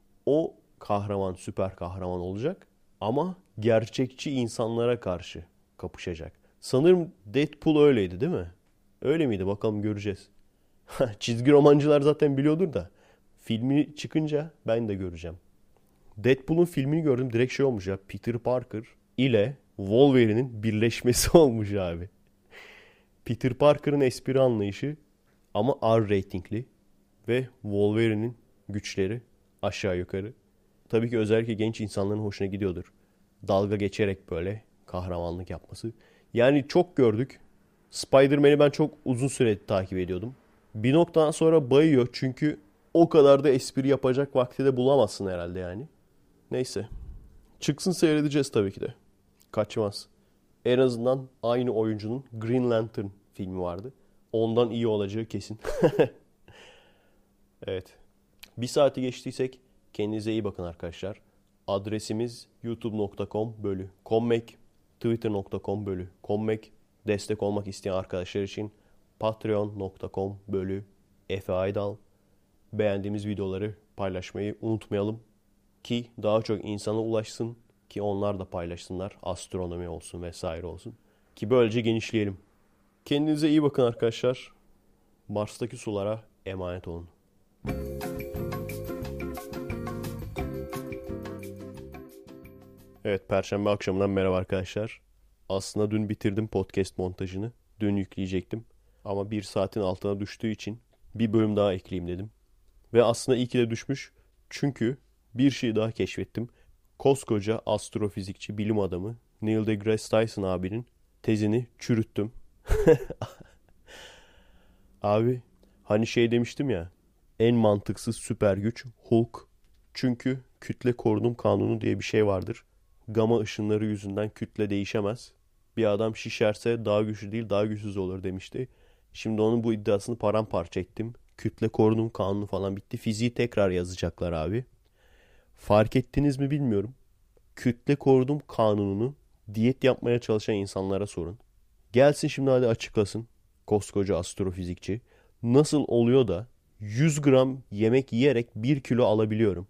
O kahraman süper kahraman olacak ama gerçekçi insanlara karşı kapışacak. Sanırım Deadpool öyleydi değil mi? Öyle miydi? Bakalım göreceğiz. Çizgi romancılar zaten biliyordur da. Filmi çıkınca ben de göreceğim. Deadpool'un filmini gördüm. Direkt şey olmuş ya. Peter Parker ile Wolverine'in birleşmesi olmuş abi. Peter Parker'ın espri anlayışı ama R ratingli ve Wolverine'in güçleri aşağı yukarı. Tabii ki özellikle genç insanların hoşuna gidiyordur. Dalga geçerek böyle kahramanlık yapması. Yani çok gördük. Spider-Man'i ben çok uzun süre takip ediyordum. Bir noktadan sonra bayıyor çünkü o kadar da espri yapacak vakti de bulamazsın herhalde yani. Neyse. Çıksın seyredeceğiz tabii ki de. Kaçmaz. En azından aynı oyuncunun Green Lantern filmi vardı. Ondan iyi olacağı kesin. Evet. Bir saati geçtiysek kendinize iyi bakın arkadaşlar. Adresimiz youtube.com/kommek, twitter.com/kommek. Destek olmak isteyen arkadaşlar için patreon.com/Efe Aydal. Beğendiğimiz videoları paylaşmayı unutmayalım ki daha çok insana ulaşsın ki onlar da paylaşsınlar. Astronomi olsun vesaire olsun. Ki böylece genişleyelim. Kendinize iyi bakın arkadaşlar. Mars'taki sulara emanet olun. Evet, Perşembe akşamından merhaba arkadaşlar. Aslında dün bitirdim podcast montajını. Dün yükleyecektim. Ama bir saatin altına düştüğü için bir bölüm daha ekleyeyim dedim. Ve aslında iyi ki de düşmüş. Çünkü bir şey daha keşfettim. Koskoca astrofizikçi, bilim adamı Neil deGrasse Tyson abinin tezini çürüttüm. Abi hani şey demiştim ya. En mantıksız süper güç Hulk. Çünkü kütle korunum kanunu diye bir şey vardır. Gama ışınları yüzünden kütle değişemez. Bir adam şişerse daha güçlü değil daha güçsüz olur demişti. Şimdi onun bu iddiasını paramparça ettim. Kütle korunum kanunu falan bitti. Fiziği tekrar yazacaklar abi. Fark ettiniz mi bilmiyorum. Kütle korunum kanununu diyet yapmaya çalışan insanlara sorun. Gelsin şimdi hadi açıklasın. Koskoca astrofizikçi. Nasıl oluyor da 100 gram yemek yiyerek 1 kilo alabiliyorum?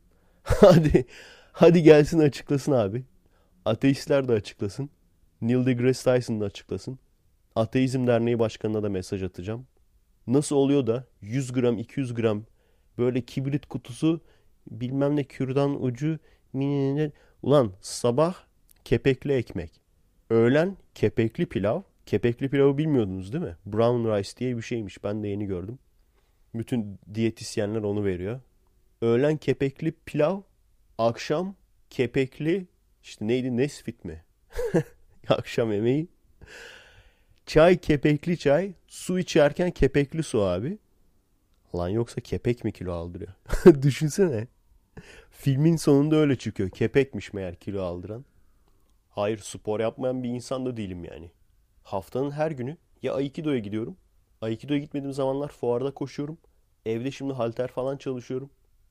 Hadi gelsin açıklasın abi. Ateistler de açıklasın. Neil deGrasse Tyson da açıklasın. Ateizm Derneği Başkanı'na da mesaj atacağım. Nasıl oluyor da 100 gram 200 gram böyle kibrit kutusu bilmem ne kürdan ucu ulan sabah kepekli ekmek. Öğlen kepekli pilav. Kepekli pilavı bilmiyordunuz değil mi? Brown rice diye bir şeymiş. Ben de yeni gördüm. Bütün diyetisyenler onu veriyor. Öğlen kepekli pilav. Akşam kepekli işte neydi Nesfit mi? Akşam yemeği. Çay kepekli çay. Su içerken kepekli su abi. Lan yoksa kepek mi kilo aldırıyor? Düşünsene. Filmin sonunda öyle çıkıyor. Kepekmiş meğer kilo aldıran. Hayır spor yapmayan bir insan da değilim yani. Haftanın her günü ya Aikido'ya gidiyorum. Aikido'ya gitmediğim zamanlar fuarda koşuyorum. Evde şimdi halter falan çalışıyorum.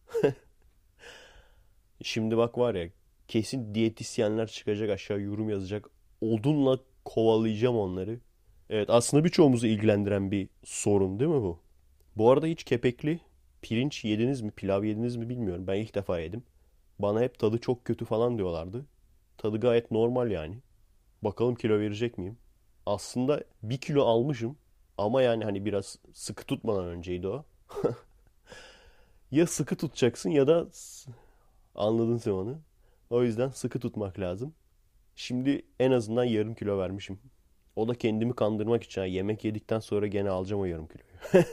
Şimdi bak var ya kesin diyetisyenler çıkacak aşağı yorum yazacak. Odunla kovalayacağım onları. Evet aslında birçoğumuzu ilgilendiren bir sorun değil mi bu? Bu arada hiç kepekli pirinç yediniz mi, pilav yediniz mi bilmiyorum. Ben ilk defa yedim. Bana hep tadı çok kötü falan diyorlardı. Tadı gayet normal yani. Bakalım kilo verecek miyim? Aslında 1 kilo almışım. Ama yani hani biraz sıkı tutmadan önceydi o. Ya sıkı tutacaksın ya da anladın sen onu. O yüzden sıkı tutmak lazım. Şimdi en azından yarım kilo vermişim. O da kendimi kandırmak için. Yemek yedikten sonra gene alacağım o yarım kiloyu.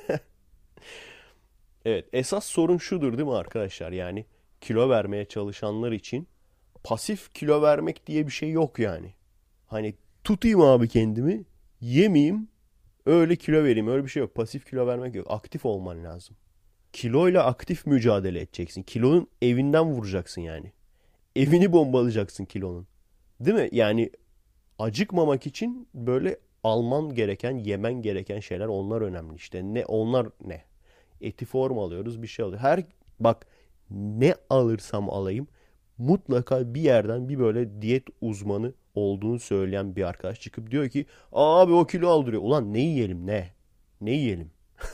Evet, esas sorun şudur değil mi arkadaşlar? Yani kilo vermeye çalışanlar için pasif kilo vermek diye bir şey yok yani. Hani tutayım abi kendimi, yemeyeyim, öyle kilo vereyim. Öyle bir şey yok. Pasif kilo vermek yok. Aktif olman lazım. Kiloyla aktif mücadele edeceksin. Kilonun evinden vuracaksın yani. Evini bombalayacaksın kilonun. Değil mi? Yani acıkmamak için böyle alman gereken, yemen gereken şeyler onlar önemli işte. Ne onlar ne? Eti form alıyoruz, bir şey alıyoruz. Bak ne alırsam alayım mutlaka bir yerden bir böyle diyet uzmanı olduğunu söyleyen bir arkadaş çıkıp diyor ki abi o kilo aldırıyor. Ulan ne yiyelim ne? Ne yiyelim?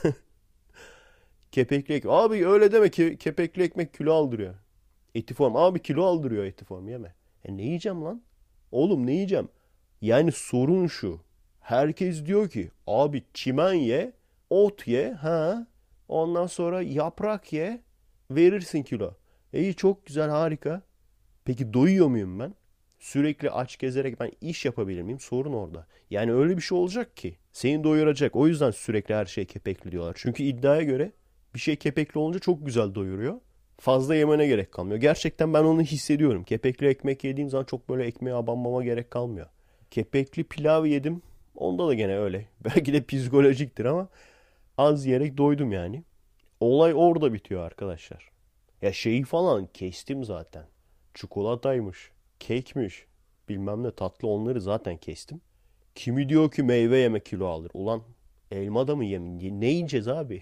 Kepekli ekmek. Abi öyle deme ki kepekli ekmek kilo aldırıyor. Eti form. Abi kilo aldırıyor eti form yeme. Ne yiyeceğim lan? Oğlum ne yiyeceğim? Yani sorun şu. Herkes diyor ki abi çimen ye, ot ye, ha. Ondan sonra yaprak ye, verirsin kilo. İyi, çok güzel, harika. Peki doyuyor muyum ben? Sürekli aç gezerek ben iş yapabilir miyim? Sorun orada. Yani öyle bir şey olacak ki seni doyuracak. O yüzden sürekli her şey kepekli diyorlar. Çünkü iddiaya göre bir şey kepekli olunca çok güzel doyuruyor. Fazla yemene gerek kalmıyor. Gerçekten ben onu hissediyorum. Kepekli ekmek yediğim zaman çok böyle ekmeğe abanmama gerek kalmıyor. Kepekli pilav yedim. Onda da gene öyle. Belki de psikolojiktir ama az yiyerek doydum yani. Olay orada bitiyor arkadaşlar. Ya şeyi falan kestim zaten. Çikolataymış, kekmiş, bilmem ne tatlı, onları zaten kestim. Kimi diyor ki meyve yeme kilo alır. Ulan elma da mı yemeyeyim? Ne yiyeceğiz abi?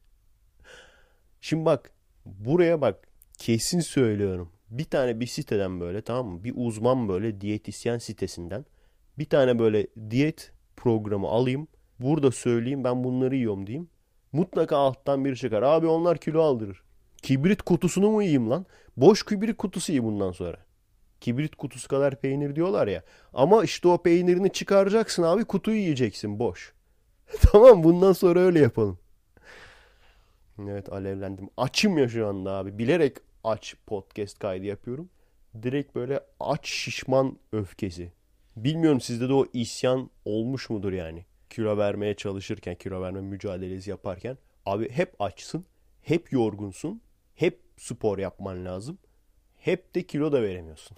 Şimdi bak, buraya bak, kesin söylüyorum. Bir siteden böyle, tamam mı? Bir uzman böyle diyetisyen sitesinden bir tane böyle diyet programı alayım. Burada söyleyeyim, ben bunları yiyorum diyeyim. Mutlaka alttan biri çıkar. Abi onlar kilo aldırır. Kibrit kutusunu mu yiyeyim lan? Boş kibrit kutusu yiyeyim bundan sonra. Kibrit kutusu kadar peynir diyorlar ya. Ama işte o peynirini çıkaracaksın abi, kutuyu yiyeceksin boş. Tamam, bundan sonra öyle yapalım. Evet, alevlendim. Açım ya şu anda abi. Bilerek aç podcast kaydı yapıyorum. Direkt böyle aç şişman öfkesi. Bilmiyorum sizde de o isyan olmuş mudur yani? Kilo vermeye çalışırken, kilo verme mücadelesi yaparken. Abi hep açsın, hep yorgunsun, hep spor yapman lazım. Hep de kilo da veremiyorsun.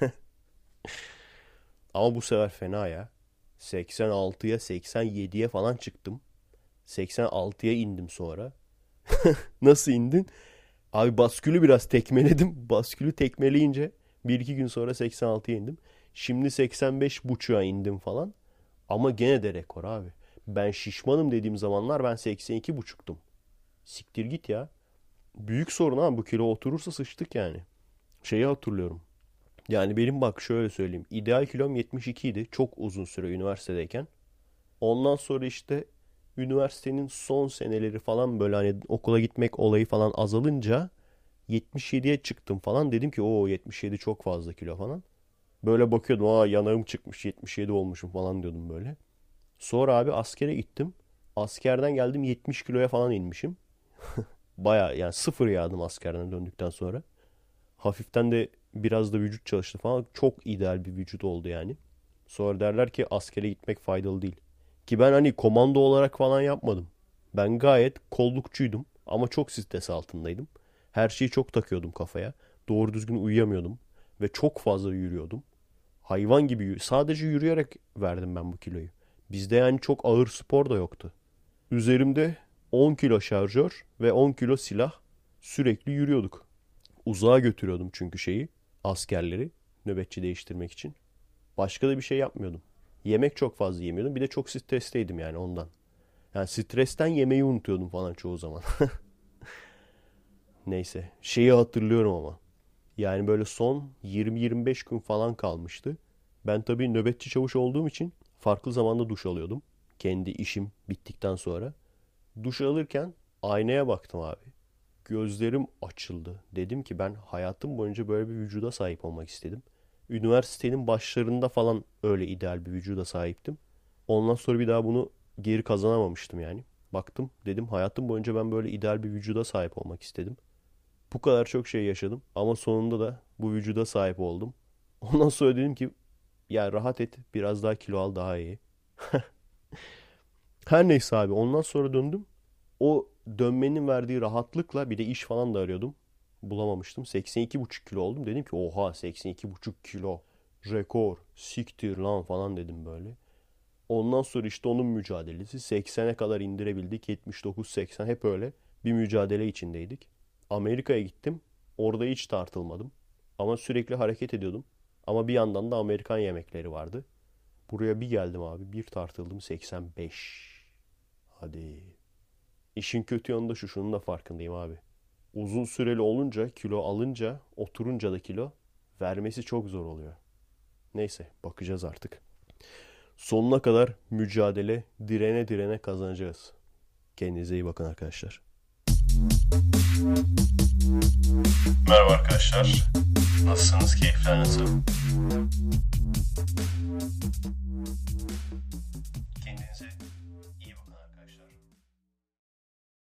Ama bu sefer fena ya. 86'ya 87'ye falan çıktım. 86'ya indim sonra. Nasıl indin? Abi baskülü biraz tekmeledim. Baskülü tekmeleyince bir iki gün sonra 86'ya indim. Şimdi 85,5'a indim falan. Ama gene de rekor abi. Ben şişmanım dediğim zamanlar ben 82,5'tum. Siktir git ya. Büyük sorun abi, bu kilo oturursa sıçtık yani. Şeyi hatırlıyorum. Yani benim bak şöyle söyleyeyim. İdeal kilom 72 idi. Çok uzun süre üniversitedeyken. Ondan sonra işte üniversitenin son seneleri falan böyle hani okula gitmek olayı falan azalınca 77'ye çıktım falan. Dedim ki o 77 çok fazla kilo falan. Böyle bakıyordum, aa yanağım çıkmış, 77 olmuşum falan diyordum böyle. Sonra abi askere gittim. Askerden geldim, 70 kiloya falan inmişim. Baya yani sıfır yağdım askerden döndükten sonra. Hafiften de biraz da vücut çalıştı falan. Çok ideal bir vücut oldu yani. Sonra derler ki askere gitmek faydalı değil. Ki ben hani komando olarak falan yapmadım. Ben gayet kollukçuydum ama çok stres altındaydım. Her şeyi çok takıyordum kafaya. Doğru düzgün uyuyamıyordum ve çok fazla yürüyordum. Hayvan gibi sadece yürüyerek verdim ben bu kiloyu. Bizde yani çok ağır spor da yoktu. Üzerimde 10 kilo şarjör ve 10 kilo silah, sürekli yürüyorduk. Uzağa götürüyordum çünkü askerleri nöbetçi değiştirmek için. Başka da bir şey yapmıyordum. Yemek çok fazla yemiyordum. Bir de çok stresteydim yani ondan. Yani stresten yemeği unutuyordum falan çoğu zaman. Neyse. Şeyi hatırlıyorum ama. Yani böyle son 20-25 gün falan kalmıştı. Ben tabii nöbetçi çavuş olduğum için farklı zamanda duş alıyordum. Kendi işim bittikten sonra. Duş alırken aynaya baktım abi. Gözlerim açıldı. Dedim ki ben hayatım boyunca böyle bir vücuda sahip olmak istedim. Üniversitenin başlarında falan öyle ideal bir vücuda sahiptim. Ondan sonra bir daha bunu geri kazanamamıştım yani. Baktım, dedim hayatım boyunca ben böyle ideal bir vücuda sahip olmak istedim. Bu kadar çok şey yaşadım ama sonunda da bu vücuda sahip oldum. Ondan sonra dedim ki ya rahat et, biraz daha kilo al, daha iyi. Her neyse abi, ondan sonra döndüm. O dönmenin verdiği rahatlıkla bir de iş falan da arıyordum. Bulamamıştım. 82,5 kilo oldum. Dedim ki oha, 82,5 kilo. Rekor. Siktir lan falan dedim böyle. Ondan sonra işte onun mücadelesi. 80'e kadar indirebildik. 79-80 hep öyle bir mücadele içindeydik. Amerika'ya gittim. Orada hiç tartılmadım. Ama sürekli hareket ediyordum. Ama bir yandan da Amerikan yemekleri vardı. Buraya bir geldim abi. Bir tartıldım, 85. Hadi. İşin kötü yanı da şu, şunun da farkındayım abi. Uzun süreli olunca, kilo alınca, oturunca da kilo vermesi çok zor oluyor. Neyse, bakacağız artık. Sonuna kadar mücadele, direne direne kazanacağız. Kendinize iyi bakın arkadaşlar. Merhaba arkadaşlar. Nasılsınız? Keyifler nasıl?